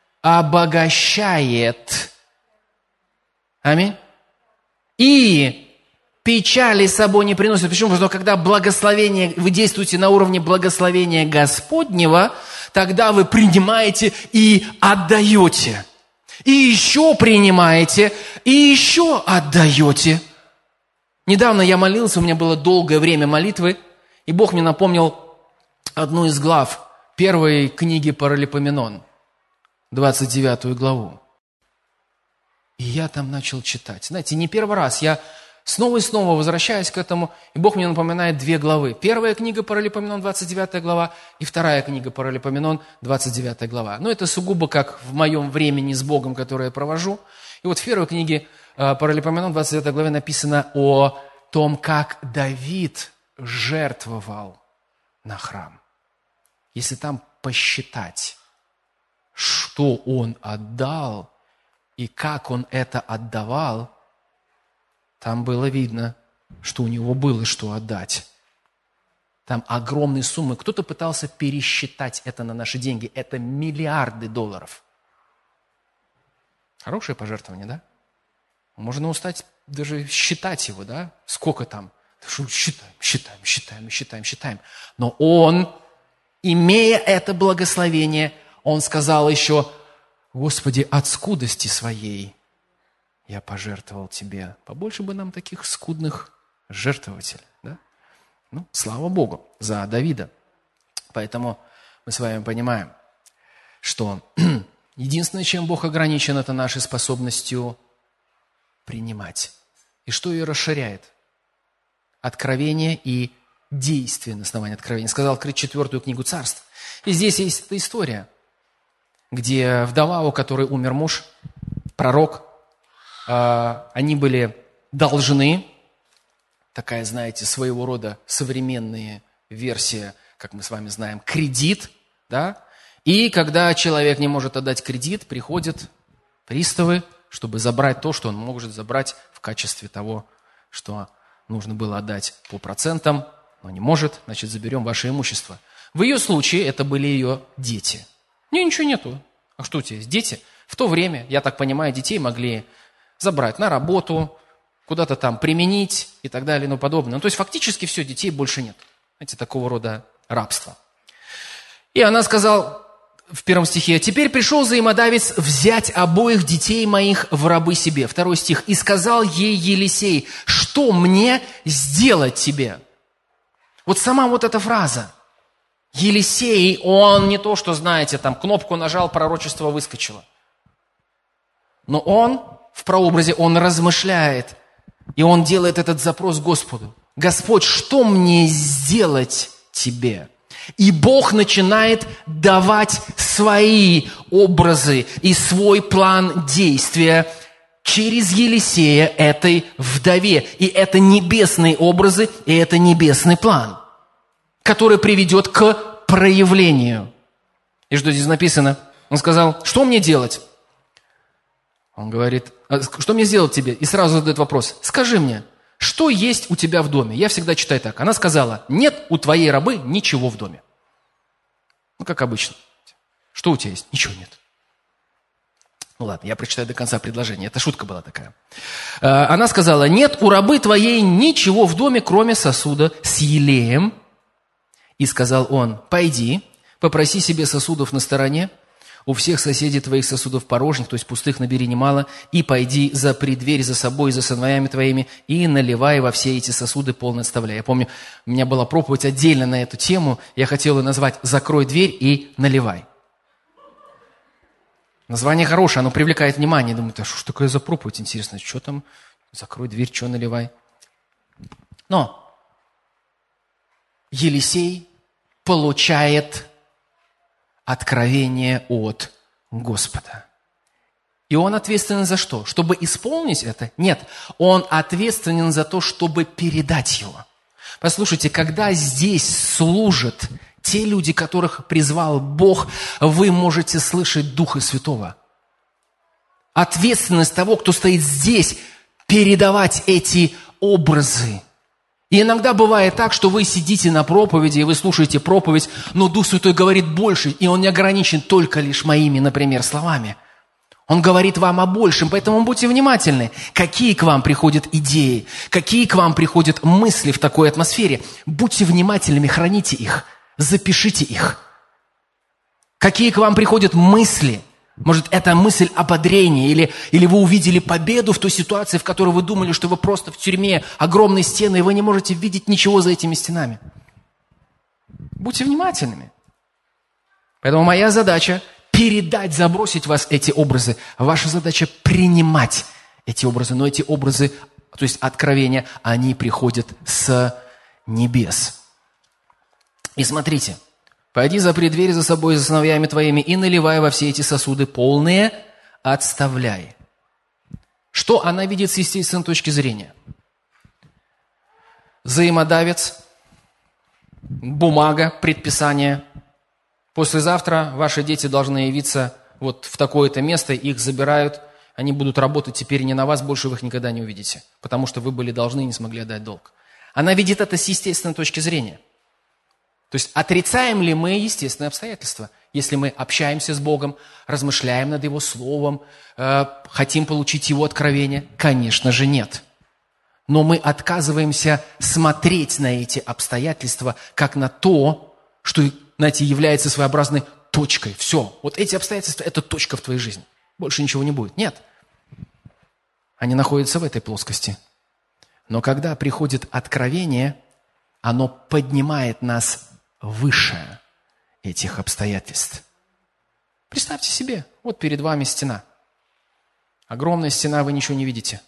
обогащает. Аминь. И печали с собой не приносит. Почему? Потому что когда благословение, вы действуете на уровне благословения Господнего, тогда вы принимаете и отдаете. И еще принимаете, и еще отдаете. Недавно я молился, у меня было долгое время молитвы, и Бог мне напомнил одну из глав первой книги Паралипоменон, 29 главу. И я там начал читать. Знаете, не первый раз, я снова и снова возвращаюсь к этому, и Бог мне напоминает две главы. Первая книга Паралипоменон, 29 глава, и вторая книга Паралипоменон, 29 глава. Но это сугубо как в моем времени с Богом, которое я провожу. И вот в первой книге Паралипоменон, 29 главе написано о том, как Давид жертвовал на храм. Если там посчитать, что он отдал и как он это отдавал, там было видно, что у него было что отдать. Там огромные суммы. Кто-то пытался пересчитать это на наши деньги. Это миллиарды долларов. Хорошее пожертвование, да? Можно устать даже считать его, да? Сколько там? Считаем. Но он, имея это благословение, он сказал еще: Господи, от скудости своей я пожертвовал тебе. Побольше бы нам таких скудных жертвователей, да? Ну, слава Богу за Давида. Поэтому мы с вами понимаем, что единственное, чем Бог ограничен, это нашей способностью принимать. И что ее расширяет? Откровение и действие на основании откровения. Сказал открыть 4 книгу Царств. И здесь есть эта история, где вдова, у которой умер муж, пророк, они были должны, такая, знаете, своего рода современная версия, как мы с вами знаем, кредит, да? И когда человек не может отдать кредит, приходят приставы, чтобы забрать то, что он может забрать в качестве того, что нужно было отдать по процентам, но не может, значит, заберем ваше имущество. В ее случае это были ее дети. Ничего нету. А что у тебя есть? Дети? В то время, я так понимаю, детей могли забрать на работу, куда-то там применить и так далее и тому подобное. Ну, то есть фактически все, детей больше нет. Знаете, такого рода рабство. И она сказала, в 1 стихе. «Теперь пришел взаимодавец взять обоих детей моих в рабы себе». 2 стих. «И сказал ей Елисей, что мне сделать тебе?» Вот сама вот эта фраза. Елисей, он не то, что, знаете, там кнопку нажал, пророчество выскочило. Но он в прообразе, он размышляет, и он делает этот запрос Господу. «Господь, что мне сделать тебе?» И Бог начинает давать свои образы и свой план действия через Елисея этой вдове. И это небесные образы, и это небесный план, который приведет к проявлению. И что здесь написано? Он сказал, что мне делать? Он говорит, что мне сделать тебе? И сразу задает вопрос, скажи мне, что есть у тебя в доме? Я всегда читаю так. Она сказала, нет у твоей рабы ничего в доме. Ну, как обычно. Что у тебя есть? Ничего нет. Ну ладно, я прочитаю до конца предложения. Это шутка была такая. Она сказала, нет у рабы твоей ничего в доме, кроме сосуда с елеем. И сказал он, пойди, попроси себе сосудов на стороне, у всех соседей твоих сосудов порожних, то есть пустых набери немало, и пойди запри дверь за собой и за сыновьями твоими, и наливай во все эти сосуды полно отставляй. Я помню, у меня была проповедь отдельно на эту тему, я хотел ее назвать «Закрой дверь и наливай». Название хорошее, оно привлекает внимание. Думаю, а что ж такое за проповедь, интересно, что там? Закрой дверь, что наливай? Но Елисей получает откровение от Господа. И он ответственен за что? Чтобы исполнить это? Нет, он ответственен за то, чтобы передать его. Послушайте, когда здесь служат те люди, которых призвал Бог, вы можете слышать Духа Святого. Ответственность того, кто стоит здесь, передавать эти образы. И иногда бывает так, что вы сидите на проповеди, и вы слушаете проповедь, но Дух Святой говорит больше, и Он не ограничен только лишь моими, например, словами. Он говорит вам о большем, поэтому будьте внимательны, какие к вам приходят идеи, какие к вам приходят мысли в такой атмосфере. Будьте внимательными, храните их, запишите их. Какие к вам приходят мысли. Может, это мысль ободрения, или вы увидели победу в той ситуации, в которой вы думали, что вы просто в тюрьме, огромные стены, и вы не можете видеть ничего за этими стенами. Будьте внимательными. Поэтому моя задача передать, забросить вас эти образы. Ваша задача принимать эти образы. Но эти образы, то есть откровения, они приходят с небес. И смотрите. «Пойди запри дверь за собой и за сыновьями твоими, и наливай во все эти сосуды полные, отставляй». Что она видит с естественной точки зрения? Взаимодавец, бумага, предписание. Послезавтра ваши дети должны явиться вот в такое-то место, их забирают, они будут работать теперь не на вас, больше вы их никогда не увидите, потому что вы были должны и не смогли отдать долг. Она видит это с естественной точки зрения. То есть отрицаем ли мы естественные обстоятельства, если мы общаемся с Богом, размышляем над Его Словом, хотим получить Его откровение? Конечно же нет. Но мы отказываемся смотреть на эти обстоятельства как на то, что, знаете, является своеобразной точкой. Все, вот эти обстоятельства – это точка в твоей жизни. Больше ничего не будет. Нет. Они находятся в этой плоскости. Но когда приходит откровение, оно поднимает нас выше этих обстоятельств. Представьте себе, вот перед вами стена. Огромная стена, вы ничего не видите.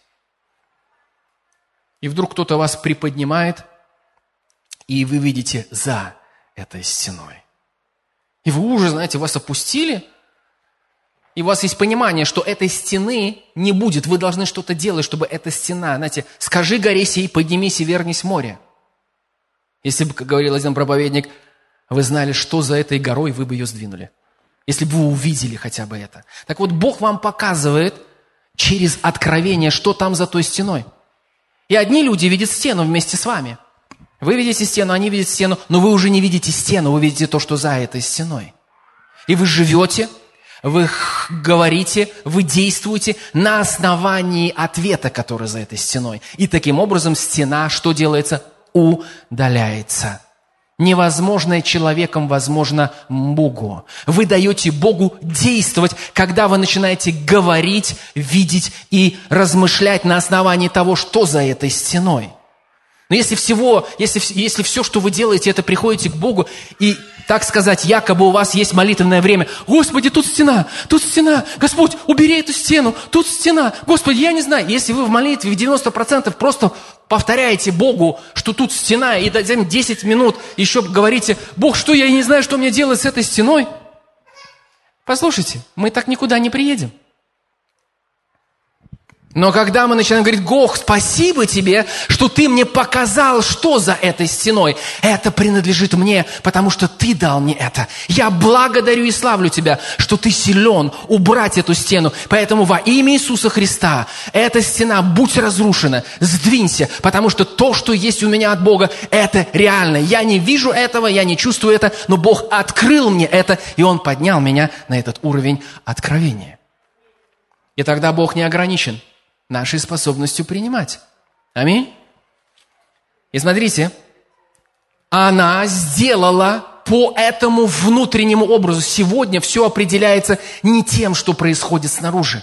И вдруг кто-то вас приподнимает, и вы видите за этой стеной. И вы уже, знаете, вас опустили, и у вас есть понимание, что этой стены не будет. Вы должны что-то делать, чтобы эта стена, знаете, скажи горе сей, поднимись и вернись в море. Если бы, как говорил один проповедник, вы знали, что за этой горой, вы бы ее сдвинули. Если бы вы увидели хотя бы это. Так вот, Бог вам показывает через откровение, что там за той стеной. И одни люди видят стену вместе с вами. Вы видите стену, они видят стену, но вы уже не видите стену, вы видите то, что за этой стеной. И вы живете, вы говорите, вы действуете на основании ответа, который за этой стеной. И таким образом стена, что делается? Удаляется. Невозможное человеком возможно Богу. Вы даете Богу действовать, когда вы начинаете говорить, видеть и размышлять на основании того, что за этой стеной. Но если все, что вы делаете, это приходите к Богу, и, так сказать, якобы у вас есть молитвенное время. Господи, тут стена, Господь, убери эту стену, тут стена. Господи, я не знаю. Если вы в молитве в 90% просто повторяете Богу, что тут стена, и затем 10 минут еще говорите: Бог, что я не знаю, что мне делать с этой стеной? Послушайте, мы так никуда не приедем. Но когда мы начинаем говорить: Бог, спасибо тебе, что ты мне показал, что за этой стеной. Это принадлежит мне, потому что ты дал мне это. Я благодарю и славлю тебя, что ты силен убрать эту стену. Поэтому во имя Иисуса Христа эта стена будь разрушена, сдвинься, потому что то, что есть у меня от Бога, это реально. Я не вижу этого, я не чувствую это, но Бог открыл мне это, и Он поднял меня на этот уровень откровения. И тогда Бог не ограничен нашей способностью принимать. Аминь. И смотрите, она сделала по этому внутреннему образу. Сегодня все определяется не тем, что происходит снаружи,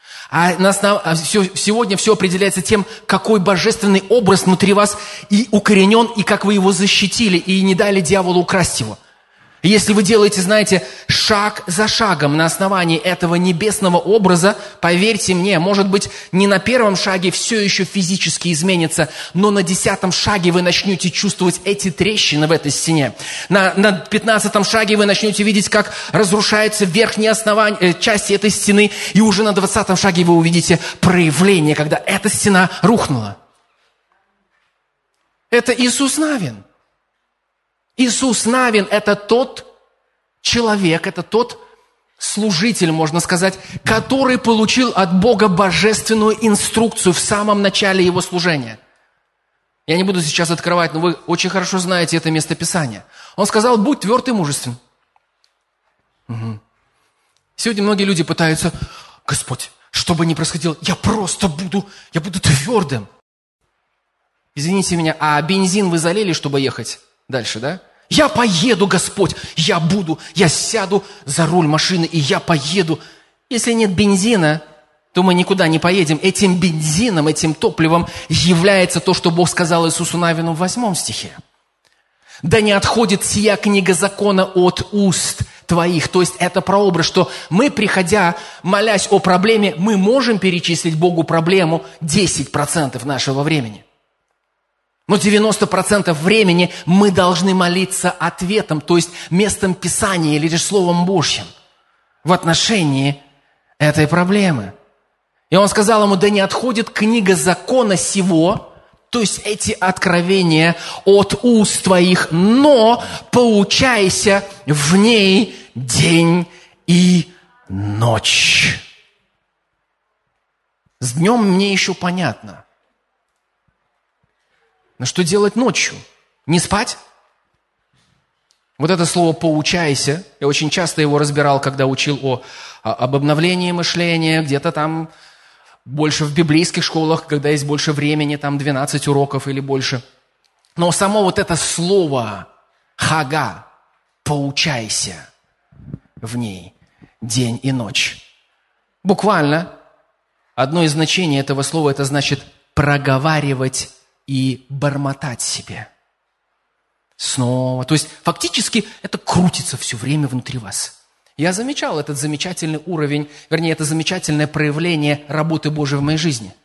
сегодня все определяется тем, какой божественный образ внутри вас и укоренен, и как вы его защитили, и не дали дьяволу украсть его. Если вы делаете, знаете, шаг за шагом на основании этого небесного образа, поверьте мне, может быть, не на первом шаге все еще физически изменится, но на 10-м шаге вы начнете чувствовать эти трещины в этой стене. На 15-м шаге вы начнете видеть, как разрушаются верхние части этой стены, и уже на 20-м шаге вы увидите проявление, когда эта стена рухнула. Это Иисус Навин. Иисус Навин – это тот человек, это тот служитель, можно сказать, который получил от Бога божественную инструкцию в самом начале его служения. Я не буду сейчас открывать, но вы очень хорошо знаете это местописание. Он сказал: будь тверд и мужествен. Угу. Сегодня многие люди пытаются: Господь, что бы ни происходило, я буду твердым. Извините меня, а бензин вы залили, чтобы ехать дальше, да? Я поеду, Господь, я сяду за руль машины, и я поеду. Если нет бензина, то мы никуда не поедем. Этим бензином, этим топливом является то, что Бог сказал Иисусу Навину в 8 стихе. «Да не отходит сия книга закона от уст твоих». То есть это прообраз, что мы, приходя, молясь о проблеме, мы можем перечислить Богу проблему 10% нашего времени. Но 90% времени мы должны молиться ответом, то есть местом Писания или же Словом Божьим в отношении этой проблемы. И он сказал ему: да не отходит книга закона сего, то есть эти откровения от уст твоих, но поучайся в ней день и ночь. С днем мне еще понятно. Но что делать ночью? Не спать? Вот это слово «поучайся», я очень часто его разбирал, когда учил об обновлении мышления, где-то там больше в библейских школах, когда есть больше времени, там 12 уроков или больше. Но само вот это слово «хага», «поучайся» в ней день и ночь. Буквально одно из значений этого слова – это значит проговаривать и бормотать себе. Снова. То есть фактически это крутится все время внутри вас. Я замечал этот замечательный уровень, вернее, это замечательное проявление работы Божией в моей жизни.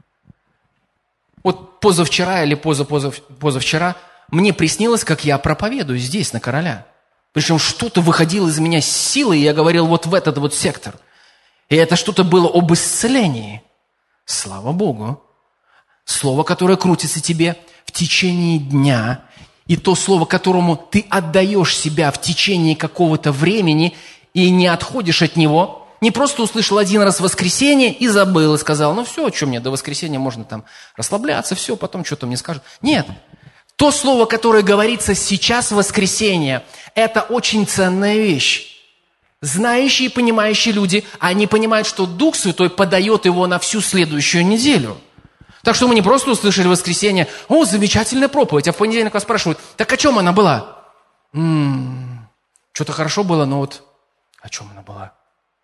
Вот позавчера или позавчера мне приснилось, как я проповедую здесь, на Короля. Причем что-то выходило из меня с силой, и я говорил вот в этот вот сектор. И это что-то было об исцелении. Слава Богу. Слово, которое крутится тебе в течение дня, и то слово, которому ты отдаешь себя в течение какого-то времени и не отходишь от него, не просто услышал один раз в воскресенье и забыл, и сказал: ну все, что мне до воскресенья можно там расслабляться, все, потом что-то мне скажут. Нет. То слово, которое говорится сейчас в воскресенье, это очень ценная вещь. Знающие и понимающие люди, они понимают, что Дух Святой подает его на всю следующую неделю. Так что мы не просто услышали в воскресенье: о, замечательная проповедь, а в понедельник вас спрашивают: так о чем она была? Что-то хорошо было, но вот о чем она была?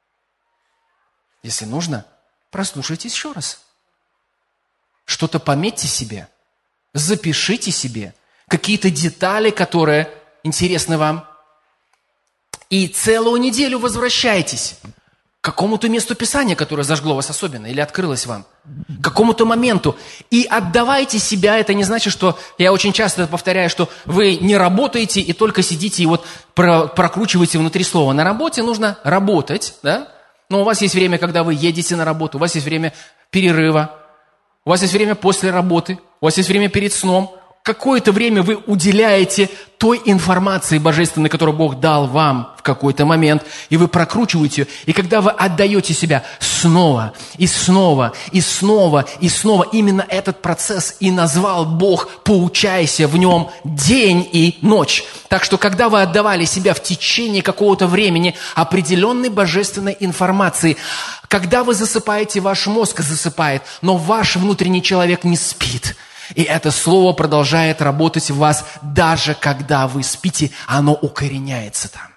Если нужно, прослушайте еще раз. Что-то пометьте себе, запишите себе какие-то детали, которые интересны вам. И целую неделю возвращайтесь к какому-то месту Писания, которое зажгло вас особенно или открылось вам, к какому-то моменту. И отдавайте себя. Это не значит, что, я очень часто повторяю, что вы не работаете и только сидите и вот прокручиваете внутри слова. На работе нужно работать, да? Но у вас есть время, когда вы едете на работу, у вас есть время перерыва, у вас есть время после работы, у вас есть время перед сном. Какое-то время вы уделяете той информации божественной, которую Бог дал вам в какой-то момент, и вы прокручиваете ее. И когда вы отдаете себя снова, и снова, и снова, и снова, именно этот процесс и назвал Бог «поучайся в нем день и ночь». Так что, когда вы отдавали себя в течение какого-то времени определенной божественной информации, когда вы засыпаете, ваш мозг засыпает, но ваш внутренний человек не спит. И это слово продолжает работать в вас, даже когда вы спите, оно укореняется там.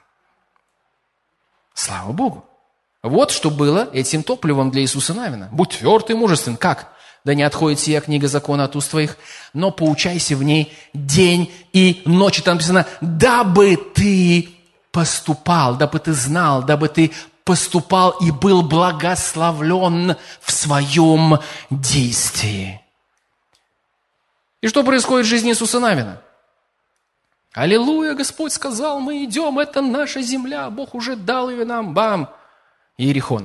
Слава Богу! Вот что было этим топливом для Иисуса Навина. Будь тверд и мужествен. Как? Да не отходит сия книга закона от уст твоих, но поучайся в ней день и ночь. Там написано, дабы ты поступал, дабы ты знал, дабы ты поступал и был благословлен в своем действии. И что происходит в жизни Иисуса Навина? Аллилуйя, Господь сказал, мы идем, это наша земля, Бог уже дал ее нам, бам! Иерихон.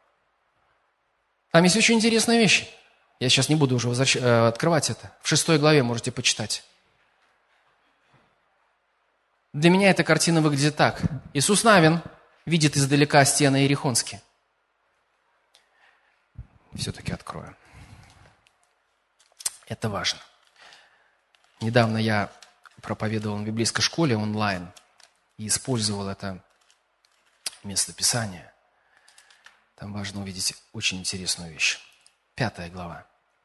Там есть очень интересные вещи. Я сейчас не буду уже открывать это. В 6 главе можете почитать. Для меня эта картина выглядит так. Иисус Навин видит издалека стены иерихонские. Все-таки открою. Это важно. Недавно я проповедовал в библейской школе онлайн и использовал это местописание. Там важно увидеть очень интересную вещь. 5 глава.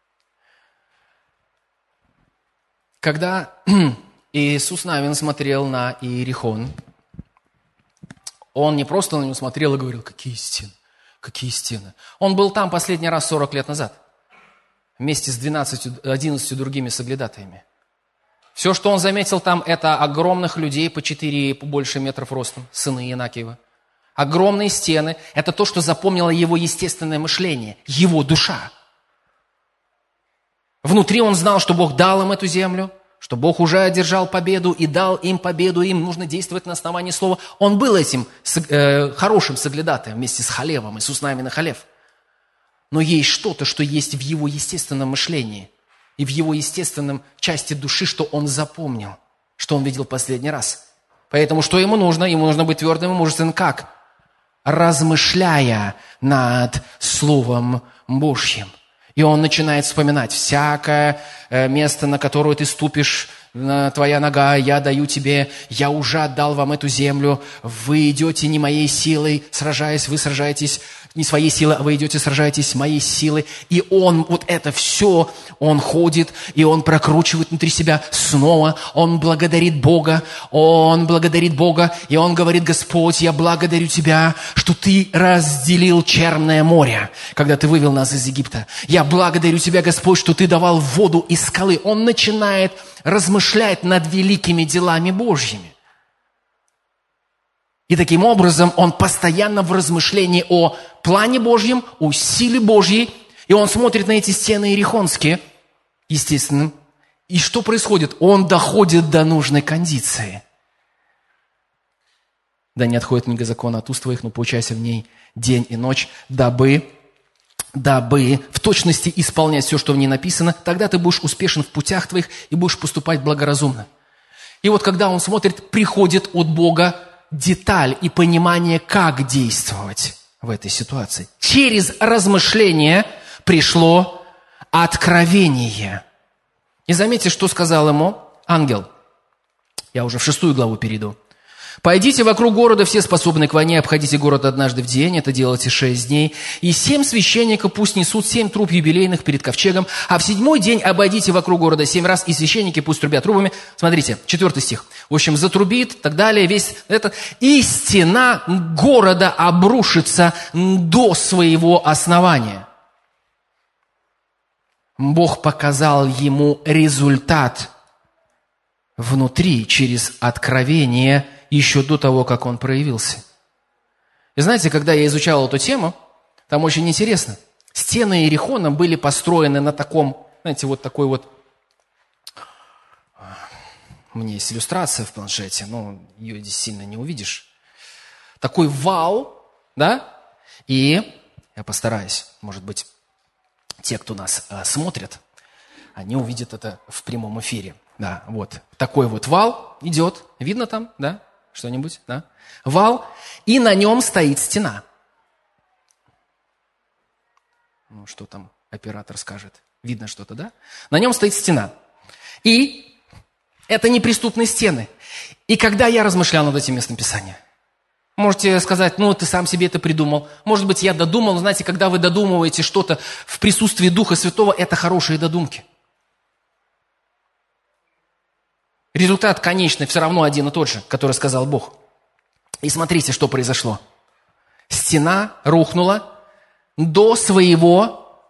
Когда Иисус Навин смотрел на Иерихон, он не просто на него смотрел и говорил, какие стены, какие стены. Он был там последний раз 40 лет назад, вместе с 11 другими соглядатаями. Все, что он заметил там, это огромных людей по 4 и больше метров ростом, сыны Иенакиева. Огромные стены – это то, что запомнило его естественное мышление, его душа. Внутри он знал, что Бог дал им эту землю, что Бог уже одержал победу и дал им победу, им нужно действовать на основании слова. Он был этим хорошим соглядатаем вместе с Халевом, Иисус Навин и Халев. Но есть что-то, что есть в его естественном мышлении и в его естественном части души, что он запомнил, что он видел последний раз. Поэтому что ему нужно? Ему нужно быть твердым и мужественным. Как? Размышляя над Словом Божьим. И он начинает вспоминать всякое место, на которое ты ступишь, твоя нога, я даю тебе, я уже отдал вам эту землю, вы идете не моей силой, сражаясь, вы сражаетесь не своей силой, а вы идете, сражаетесь моей силой. И он вот это все, он ходит, и он прокручивает внутри себя снова, он благодарит Бога, и он говорит, Господь, я благодарю Тебя, что Ты разделил Черное море, когда Ты вывел нас из Египта. Я благодарю Тебя, Господь, что Ты давал воду из скалы. Он начинает размышлять над великими делами Божьими. И таким образом он постоянно в размышлении о плане Божьем, о силе Божьей. И он смотрит на эти стены иерихонские, естественно. И что происходит? Он доходит до нужной кондиции. Да не отходит книга закона от уст твоих, но поучайся в ней день и ночь, дабы в точности исполнять все, что в ней написано, тогда ты будешь успешен в путях твоих и будешь поступать благоразумно. И вот когда он смотрит, приходит от Бога деталь и понимание, как действовать в этой ситуации. Через размышление пришло откровение. И заметьте, что сказал ему ангел. Я уже в 6 главу перейду. Пойдите вокруг города, все способные к войне, обходите город однажды в день, это делайте 6 дней. И 7 священников пусть несут 7 труб юбилейных перед ковчегом, а в 7-й день обойдите вокруг города 7 раз, и священники пусть трубят трубами. Смотрите, 4 стих. В общем, затрубит, так далее, весь этот. И стена города обрушится до своего основания. Бог показал ему результат внутри, через откровение, еще до того, как он проявился. И знаете, когда я изучал эту тему, там очень интересно. Стены Иерихона были построены на таком, знаете, вот такой вот... У меня есть иллюстрация в планшете, но ее здесь сильно не увидишь. Такой вал, да? И я постараюсь, может быть, те, кто нас смотрят, они увидят это в прямом эфире. Да, вот такой вот вал идет. Видно там, да? Что-нибудь, да? Вал, и на нем стоит стена. Ну, что там оператор скажет? Видно что-то, да? На нем стоит стена. И это неприступные стены. И когда я размышлял над этим местом Писания, можете сказать, ну, ты сам себе это придумал. Может быть, я додумал, но знаете, когда вы додумываете что-то в присутствии Духа Святого, это хорошие додумки. Результат конечный все равно один и тот же, который сказал Бог. И смотрите, что произошло. Стена рухнула до своего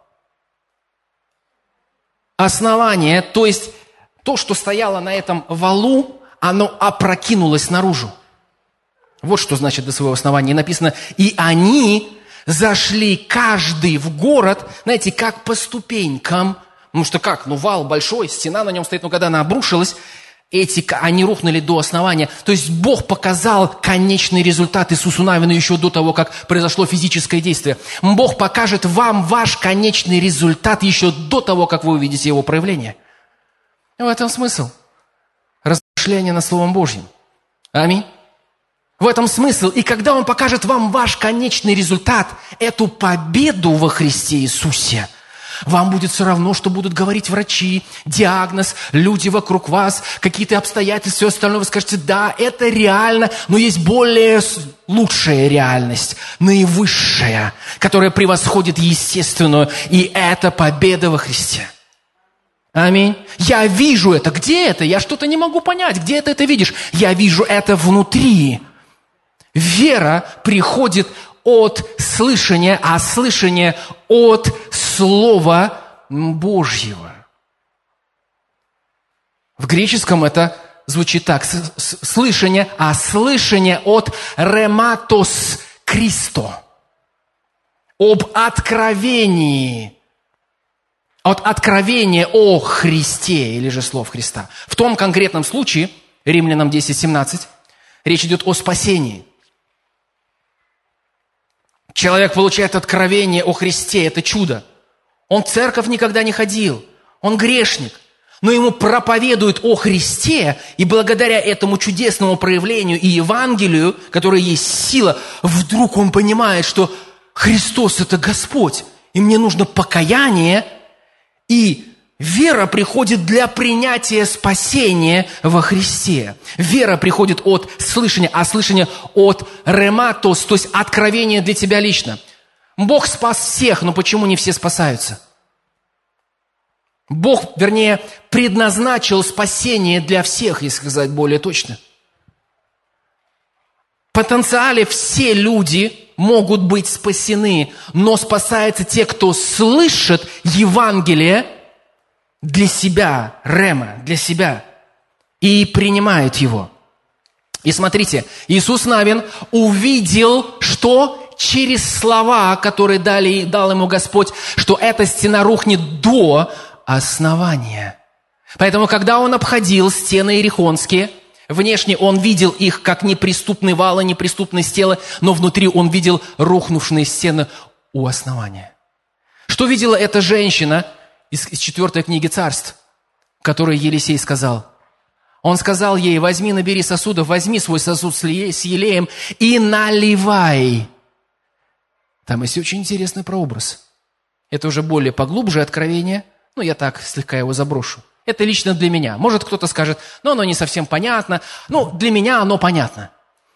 основания, то есть то, что стояло на этом валу, оно опрокинулось наружу. Вот что значит до своего основания. И написано, и они зашли каждый в город, знаете, как по ступенькам. Что как? Ну, вал большой, стена на нем стоит, но когда она обрушилась, они рухнули до основания. То есть Бог показал конечный результат Иисусу Навину еще до того, как произошло физическое действие. Бог покажет вам ваш конечный результат еще до того, как вы увидите его проявление. В этом смысл размышления над Словом Божьим. Аминь. В этом смысл. И когда Он покажет вам ваш конечный результат, эту победу во Христе Иисусе, вам будет все равно, что будут говорить врачи, диагноз, люди вокруг вас, какие-то обстоятельства, все остальное. Вы скажете, да, это реально, но есть более лучшая реальность, наивысшая, которая превосходит естественную, и это победа во Христе. Аминь. Я вижу это. Где это? Я что-то не могу понять. Где ты это видишь? Я вижу это внутри. Вера приходит от слышания, а слышание от Слова Божьего. В греческом это звучит так. Слышание, а слышание от рематос Кристо. Об откровении. От откровения о Христе, или же слов Христа. В том конкретном случае, Римлянам 10:17, речь идет о спасении. Человек получает откровение о Христе, это чудо. Он в церковь никогда не ходил, он грешник, но ему проповедуют о Христе, и благодаря этому чудесному проявлению и Евангелию, которое есть сила, вдруг он понимает, что Христос – это Господь, и мне нужно покаяние, и вера приходит для принятия спасения во Христе. Вера приходит от слышания, а слышание от рематос, то есть откровение для тебя лично. Бог спас всех, но почему не все спасаются? Бог, вернее, предназначил спасение для всех, если сказать более точно. В потенциале все люди могут быть спасены, но спасаются те, кто слышит Евангелие для себя, рема, для себя, и принимает его. И смотрите, Иисус Навин увидел, что через слова, которые дал ему Господь, что эта стена рухнет до основания. Поэтому, когда он обходил стены иерихонские, внешне он видел их как неприступные валы, неприступные стены, но внутри он видел рухнувшие стены у основания. Что видела эта женщина из 4 книги Царств, которой Елисей сказал? Он сказал ей, возьми, набери сосудов, возьми свой сосуд с елеем и наливай. Там есть очень интересный прообраз. Это уже более поглубже откровение, но я так слегка его заброшу. Это лично для меня. Может, кто-то скажет, но оно не совсем понятно. Ну, для меня оно понятно.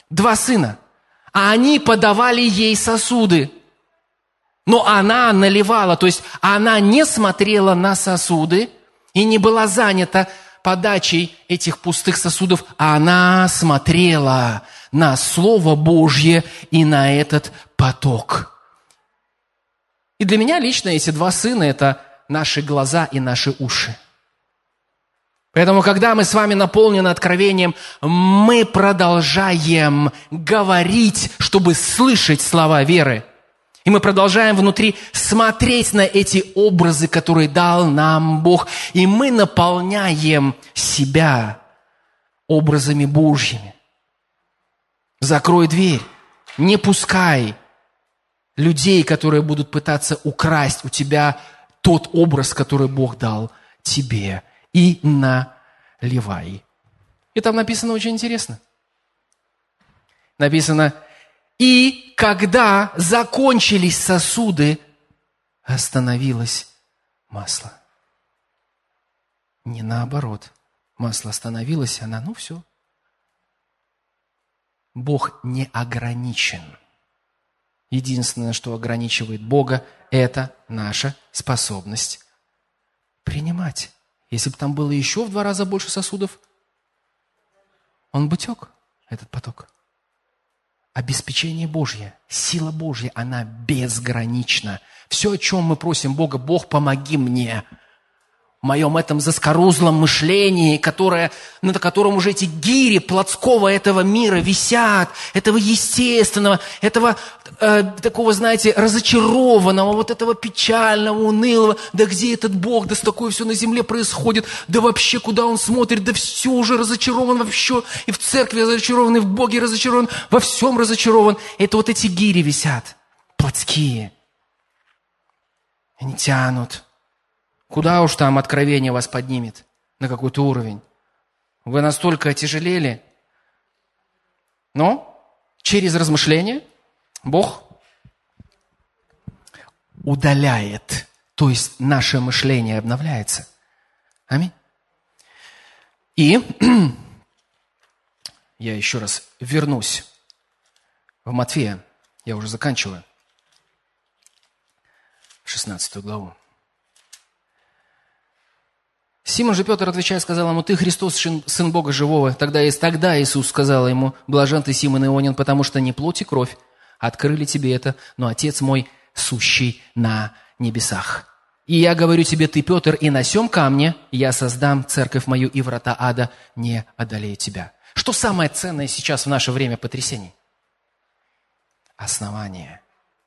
2 сына. А они подавали ей сосуды. Но она наливала, то есть она не смотрела на сосуды и не была занята подачей этих пустых сосудов, а она смотрела на Слово Божье и на этот поток. И для меня лично эти 2 сына – это наши глаза и наши уши. Поэтому, когда мы с вами наполнены откровением, мы продолжаем говорить, чтобы слышать слова веры. И мы продолжаем внутри смотреть на эти образы, которые дал нам Бог. И мы наполняем себя образами Божьими. Закрой дверь, не пускай людей, которые будут пытаться украсть у тебя тот образ, который Бог дал тебе. И наливай. И там написано очень интересно. Написано: и когда закончились сосуды, остановилось масло. Не наоборот. Масло остановилось, она, все. Бог не ограничен. Единственное, что ограничивает Бога, это наша способность принимать. Если бы там было еще в 2 раза больше сосудов, он бы тек, этот поток. Обеспечение Божье, сила Божья, она безгранична. Все, о чем мы просим Бога: Бог, помоги мне в моем этом заскорузлом мышлении, на котором уже эти гири плотского этого мира висят, этого естественного, этого такого, знаете, разочарованного, вот этого печального, унылого. Да где этот Бог? Да с такое все на земле происходит. Да вообще, куда Он смотрит? Да все уже разочарован вообще. И в церкви разочарован, и в Боге разочарован, во всем разочарован. Это вот эти гири висят, плотские. Они тянут. Куда уж там откровение вас поднимет на какой-то уровень? Вы настолько отяжелели. Но через размышление Бог удаляет, то есть наше мышление обновляется. Аминь. И я еще раз вернусь в Матфея. Я уже заканчиваю. 16 главу. Симон же Петр, отвечая, сказал ему: «Ты Христос, Сын Бога Живого». Тогда Иисус сказал ему: «Блажен ты, Симон Ионин, потому что не плоть и кровь открыли тебе это, но Отец мой, сущий на небесах. И я говорю тебе, ты, Петр, и на сем камне я создам церковь мою, и врата ада не одолеют тебя». Что самое ценное сейчас в наше время потрясений? Основание,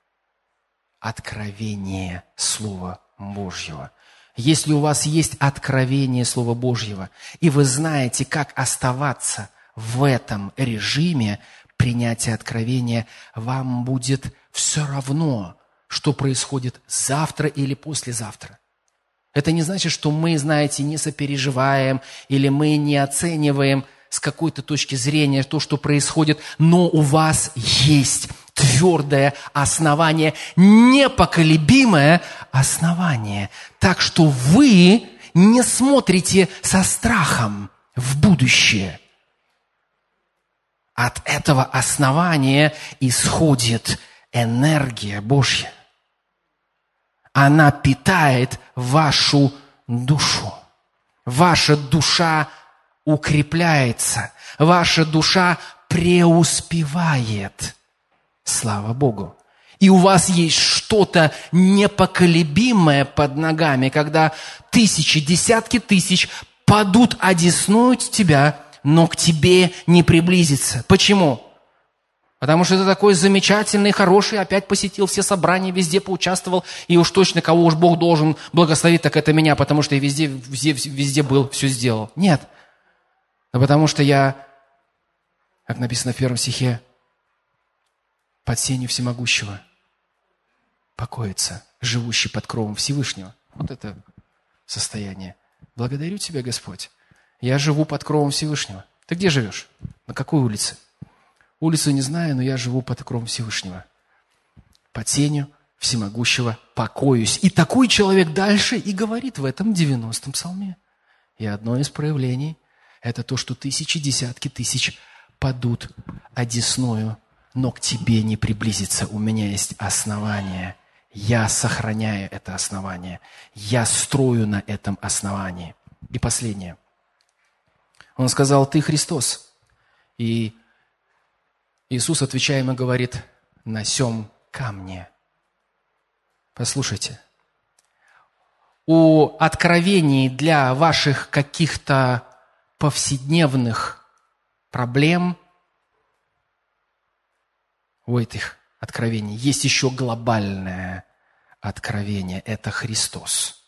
откровение Слова Божьего. Если у вас есть откровение Слова Божьего, и вы знаете, как оставаться в этом режиме принятия откровения, вам будет все равно, что происходит завтра или послезавтра. Это не значит, что мы, знаете, не сопереживаем или мы не оцениваем с какой-то точки зрения то, что происходит, но у вас есть твердое основание, непоколебимое основание. Так что вы не смотрите со страхом в будущее. От этого основания исходит энергия Божья. Она питает вашу душу. Ваша душа укрепляется. Ваша душа преуспевает. Слава Богу. И у вас есть что-то непоколебимое под ногами, когда тысячи, десятки тысяч падут одесную тебя, но к тебе не приблизиться. Почему? Потому что ты такой замечательный, хороший, опять посетил все собрания, везде поучаствовал, и уж точно кого уж Бог должен благословить, так это меня, потому что я везде был, все сделал. Нет. Да потому что я, как написано в 1 стихе, под сенью всемогущего покоится, живущий под кровом Всевышнего. Вот это состояние. Благодарю Тебя, Господь. Я живу под кровом Всевышнего. Ты где живешь? На какой улице? Улицу не знаю, но я живу под кровом Всевышнего. Под сенью всемогущего покоюсь. И такой человек дальше и говорит в этом 90-м псалме. И одно из проявлений – это то, что тысячи, десятки тысяч падут одесную, но к тебе не приблизиться. У меня есть основание. Я сохраняю это основание. Я строю на этом основании. И последнее. Он сказал: ты Христос. И Иисус, отвечая ему, говорит: на сем камне. Послушайте. У откровений для ваших каких-то повседневных проблем, у этих откровений есть еще глобальное откровение. Это Христос.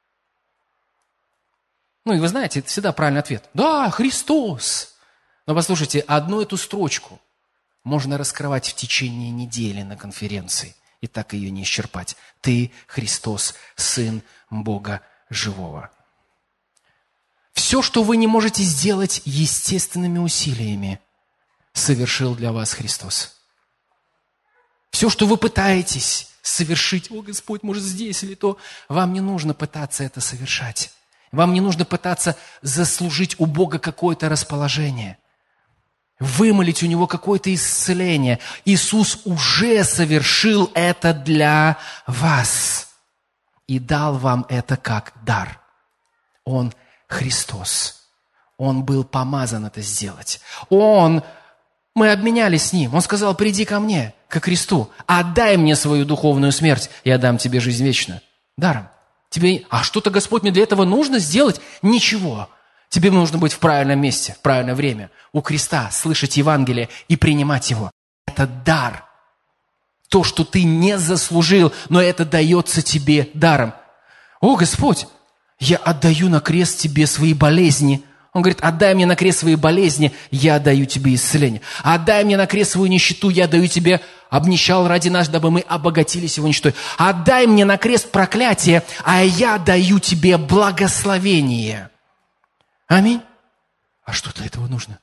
Ну и вы знаете, это всегда правильный ответ. Да, Христос. Но послушайте, одну эту строчку можно раскрывать в течение недели на конференции и так ее не исчерпать. Ты Христос, Сын Бога Живого. Все, что вы не можете сделать естественными усилиями, совершил для вас Христос. Все, что вы пытаетесь совершить, о, Господь, может, здесь или то, вам не нужно пытаться это совершать. Вам не нужно пытаться заслужить у Бога какое-то расположение, вымолить у Него какое-то исцеление. Иисус уже совершил это для вас и дал вам это как дар. Он Христос. Он был помазан это сделать. Мы обменялись с Ним. Он сказал: приди ко мне, ко кресту, отдай мне свою духовную смерть, я дам тебе жизнь вечную. Даром. А что-то, Господь, мне для этого нужно сделать? Ничего. Тебе нужно быть в правильном месте, в правильное время, у креста, слышать Евангелие и принимать его. Это дар. То, что ты не заслужил, но это дается тебе даром. О, Господь, я отдаю на крест тебе свои болезни. Он говорит: отдай мне на крест свои болезни, я даю тебе исцеление. Отдай мне на крест свою нищету, я даю тебе, обнищал ради нас, дабы мы обогатились его нищетой. Отдай мне на крест проклятие, а я даю тебе благословение. Аминь. А что для этого нужно?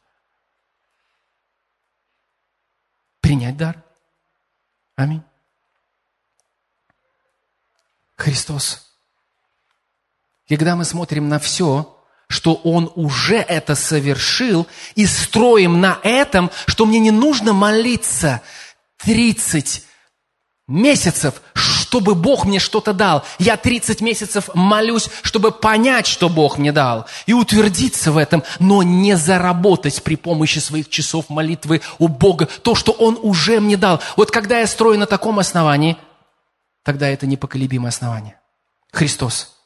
Принять дар. Аминь. Христос. Когда мы смотрим на все, что Он уже это совершил, и строим на этом, что мне не нужно молиться 30 месяцев, чтобы Бог мне что-то дал. Я 30 месяцев молюсь, чтобы понять, что Бог мне дал, и утвердиться в этом, но не заработать при помощи своих часов молитвы у Бога то, что Он уже мне дал. Вот когда я строю на таком основании, тогда это непоколебимое основание. Христос.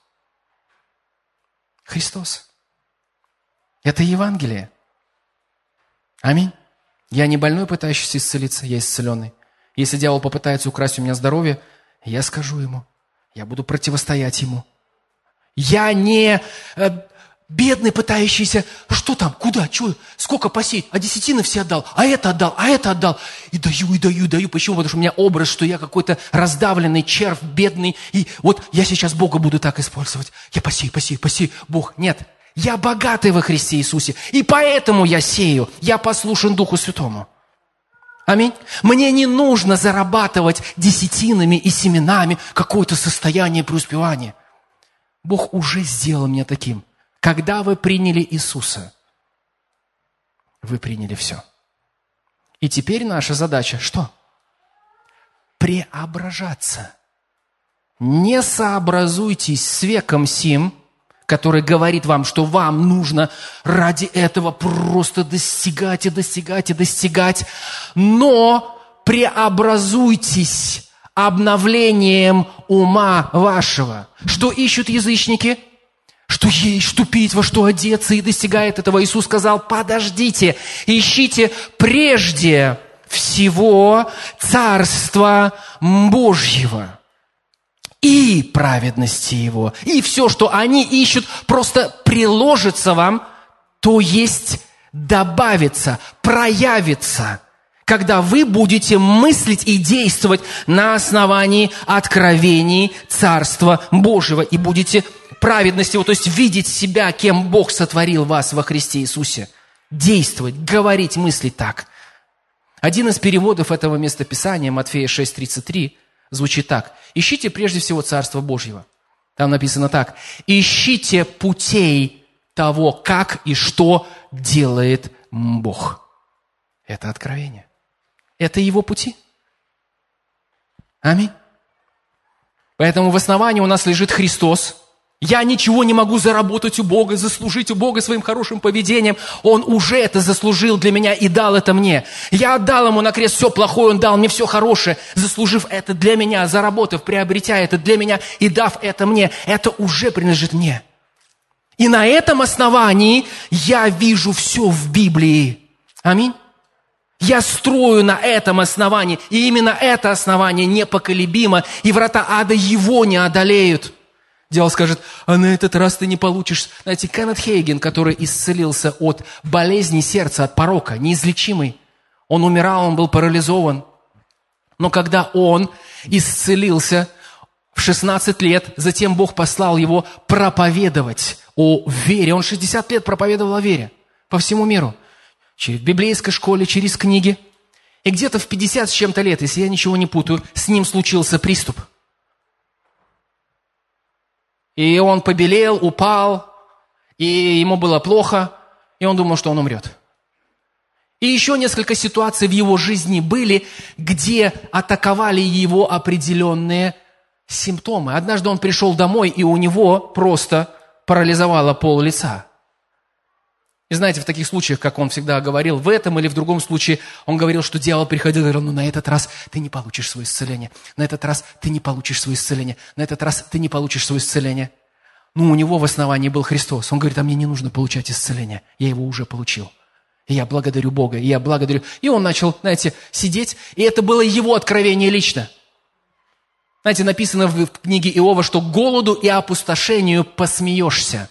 Христос. Это Евангелие. Аминь. Я не больной, пытающийся исцелиться, я исцеленный. Если дьявол попытается украсть у меня здоровье, я скажу ему, я буду противостоять ему. Я не бедный, пытающийся, что там, куда, что, сколько посеять, а десятины все отдал, а это отдал. И даю. Почему? Потому что у меня образ, что я какой-то раздавленный червь, бедный, и вот я сейчас Бога буду так использовать. Я посею. Бог, нет. Я богатый во Христе Иисусе, и поэтому я сею, я послушен Духу Святому. Аминь. Мне не нужно зарабатывать десятинами и семенами какое-то состояние преуспевания. Бог уже сделал меня таким. Когда вы приняли Иисуса, вы приняли все. И теперь наша задача что? Преображаться. Не сообразуйтесь с веком сим, который говорит вам, что вам нужно ради этого просто достигать, но преобразуйтесь обновлением ума вашего. Что ищут язычники? Что есть, что пить, во что одеться, и достигает этого. Иисус сказал: подождите, ищите прежде всего Царства Божьего и праведности Его. И все, что они ищут, просто приложится вам, то есть добавится, проявится, когда вы будете мыслить и действовать на основании откровений Царства Божьего и будете праведность Его, то есть видеть себя, кем Бог сотворил вас во Христе Иисусе. Действовать, говорить, мыслить так. Один из переводов этого местописания, Матфея 6:33, звучит так: ищите прежде всего Царство Божьего. Там написано так: ищите путей того, как и что делает Бог. это откровение. Это его пути. Аминь. Поэтому в основании у нас лежит Христос. Я ничего не могу заработать у Бога, заслужить у Бога своим хорошим поведением. Он уже это заслужил для меня и дал это мне. Я отдал Ему на крест все плохое, Он дал мне все хорошее, заслужив это для меня, заработав, приобретя это для меня и дав это мне. Это уже принадлежит мне. И на этом основании я вижу все в Библии. Аминь. Я строю на этом основании, и именно это основание непоколебимо, и врата ада его не одолеют. Дьявол скажет, а на этот раз ты не получишь. Знаете, Кеннет Хейген, который исцелился от болезни сердца, от порока, неизлечимый. Он умирал, он был парализован. Но когда он исцелился в 16 лет, затем Бог послал его проповедовать о вере. Он 60 лет проповедовал о вере по всему миру. В библейской школе, через книги. И где-то в 50 с чем-то лет, если я ничего не путаю, с ним случился приступ. И он побелел, упал, и ему было плохо, и он думал, что он умрет. И еще несколько ситуаций в его жизни были, где атаковали его определенные симптомы. Однажды он пришел домой, и у него просто парализовало пол лица. И знаете, в таких случаях, как он всегда говорил, в этом или в другом случае, он говорил, что дьявол приходил и говорил, на этот раз ты не получишь свое исцеление, на этот раз ты не получишь свое исцеление, на этот раз ты не получишь свое исцеление. У него в основании был Христос. Он говорит, а мне не нужно получать исцеление, я его уже получил. И я благодарю Бога, и я благодарю. И он начал, сидеть, и это было его откровение лично. Написано в книге Иова, что голоду и опустошению посмеешься.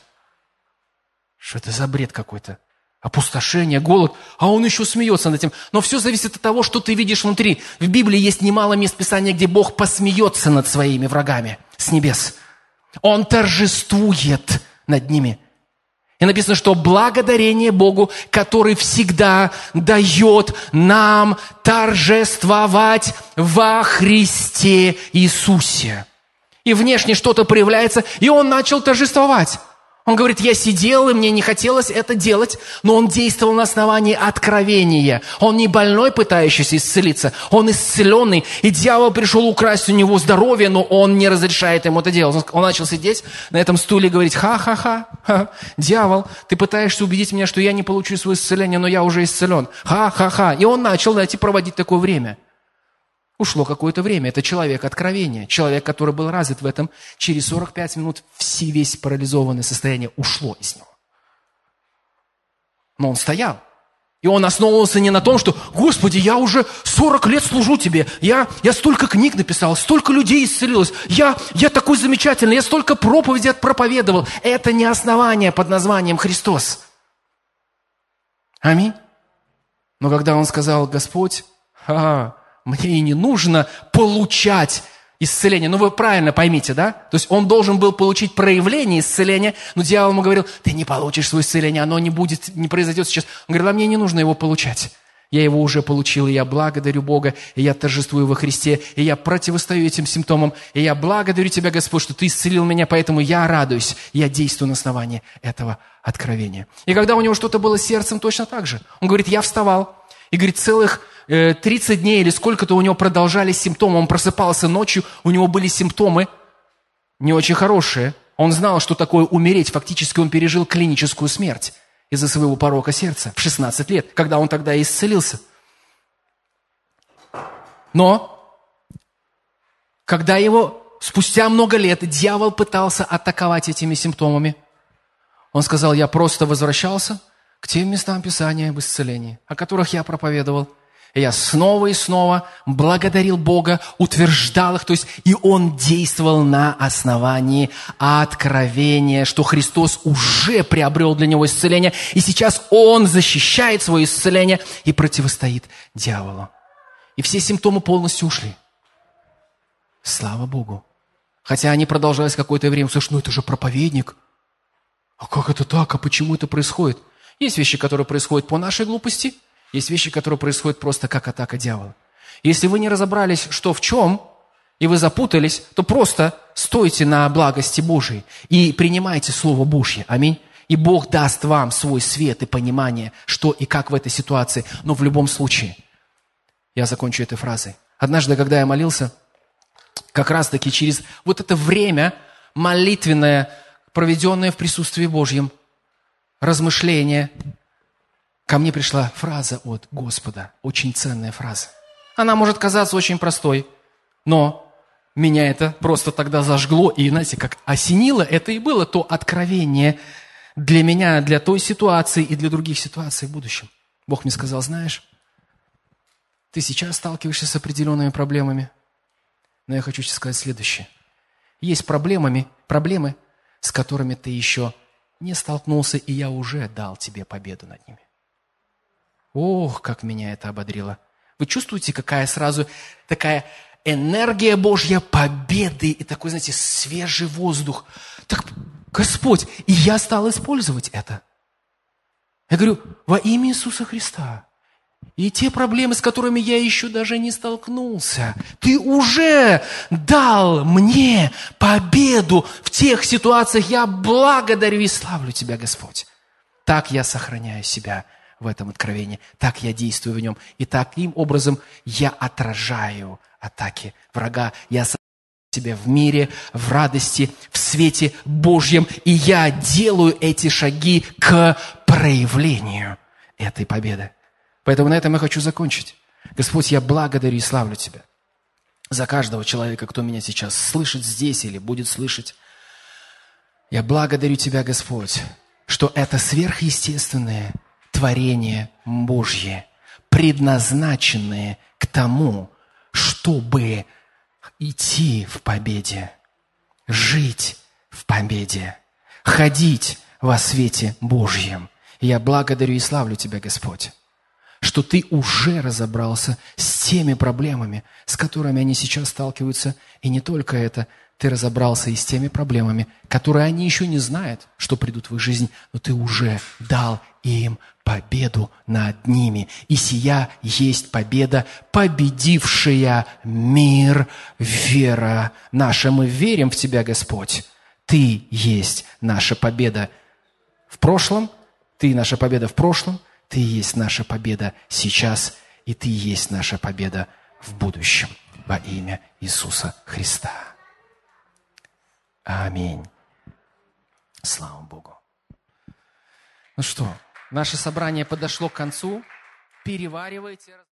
Что это за бред какой-то? Опустошение, голод. А он еще смеется над этим. Но все зависит от того, что ты видишь внутри. В Библии есть немало мест Писания, где Бог посмеется над своими врагами с небес. Он торжествует над ними. И написано, что благодарение Богу, который всегда дает нам торжествовать во Христе Иисусе. И внешне что-то проявляется, и он начал торжествовать. Он говорит, я сидел, и мне не хотелось это делать, но он действовал на основании откровения. Он не больной, пытающийся исцелиться, он исцеленный. И дьявол пришел украсть у него здоровье, но он не разрешает ему это делать. Он начал сидеть на этом стуле и говорить, ха-ха-ха, дьявол, ты пытаешься убедить меня, что я не получу свое исцеление, но я уже исцелен. Ха-ха-ха. И он начал, проводить такое время. Ушло какое-то время. Это человек откровения. Человек, который был развит в этом. Через 45 минут весь парализованное состояние ушло из него. Но он стоял. И он основывался не на том, что, Господи, я уже 40 лет служу Тебе. Я столько книг написал, столько людей исцелилось. Я такой замечательный, я столько проповедей проповедовал. Это не основание под названием Христос. Аминь. Но когда он сказал, Господь, мне и не нужно получать исцеление. Вы правильно поймите, да? То есть он должен был получить проявление исцеления, но дьявол ему говорил, ты не получишь свое исцеление, оно не произойдет сейчас. Он говорит, мне не нужно его получать. Я его уже получил, и я благодарю Бога, и я торжествую во Христе, и я противостою этим симптомам, и я благодарю Тебя, Господь, что Ты исцелил меня, поэтому я радуюсь, я действую на основании этого откровения. И когда у него что-то было с сердцем, точно так же. Он говорит, я вставал, и говорит, целых 30 дней или сколько-то у него продолжались симптомы. Он просыпался ночью, у него были симптомы не очень хорошие. Он знал, что такое умереть. Фактически он пережил клиническую смерть из-за своего порока сердца в 16 лет, когда он тогда и исцелился. Но, когда его спустя много лет дьявол пытался атаковать этими симптомами, он сказал, я просто возвращался к тем местам Писания об исцелении, о которых я проповедовал. И я снова и снова благодарил Бога, утверждал их, то есть и он действовал на основании откровения, что Христос уже приобрел для него исцеление, и сейчас он защищает свое исцеление и противостоит дьяволу. И все симптомы полностью ушли. Слава Богу. Хотя они продолжались какое-то время. Слушай, это же проповедник. А как это так? А почему это происходит? Есть вещи, которые происходят по нашей глупости, есть вещи, которые происходят просто как атака дьявола. Если вы не разобрались, что в чем, и вы запутались, то просто стойте на благости Божией и принимайте Слово Божье. Аминь. И Бог даст вам свой свет и понимание, что и как в этой ситуации. Но в любом случае, я закончу этой фразой. Однажды, когда я молился, как раз-таки через вот это время молитвенное, проведенное в присутствии Божьем, размышление, ко мне пришла фраза от Господа, очень ценная фраза. Она может казаться очень простой, но меня это просто тогда зажгло, и, знаете, как осенило, это и было то откровение для меня, для той ситуации и для других ситуаций в будущем. Бог мне сказал, знаешь, ты сейчас сталкиваешься с определенными проблемами, но я хочу тебе сказать следующее. Есть проблемы, с которыми ты еще не столкнулся, и я уже дал тебе победу над ними. Ох, как меня это ободрило. Вы чувствуете, какая сразу такая энергия Божья победы и такой, знаете, свежий воздух. Так, Господь, и я стал использовать это. Я говорю, во имя Иисуса Христа. И те проблемы, с которыми я еще даже не столкнулся, ты уже дал мне победу в тех ситуациях. Я благодарю и славлю тебя, Господь. Так я сохраняю себя в этом откровении. Так я действую в нем. И таким образом я отражаю атаки врага. Я сохраняю себя в мире, в радости, в свете Божьем. И я делаю эти шаги к проявлению этой победы. Поэтому на этом я хочу закончить. Господь, я благодарю и славлю Тебя за каждого человека, кто меня сейчас слышит здесь или будет слышать. Я благодарю Тебя, Господь, что это сверхъестественное творение Божье, предназначенное к тому, чтобы идти в победе, жить в победе, ходить во свете Божьем. И я благодарю и славлю Тебя, Господь, что Ты уже разобрался с теми проблемами, с которыми они сейчас сталкиваются. И не только это, Ты разобрался и с теми проблемами, которые они еще не знают, что придут в их жизнь, но Ты уже дал им победу над ними. И сия есть победа, победившая мир, вера наша. Мы верим в Тебя, Господь. Ты есть наша победа в прошлом, Ты наша победа в прошлом, Ты есть наша победа сейчас, и Ты есть наша победа в будущем во имя Иисуса Христа. Аминь. Слава Богу. Ну что, наше собрание подошло к концу. Переваривайте.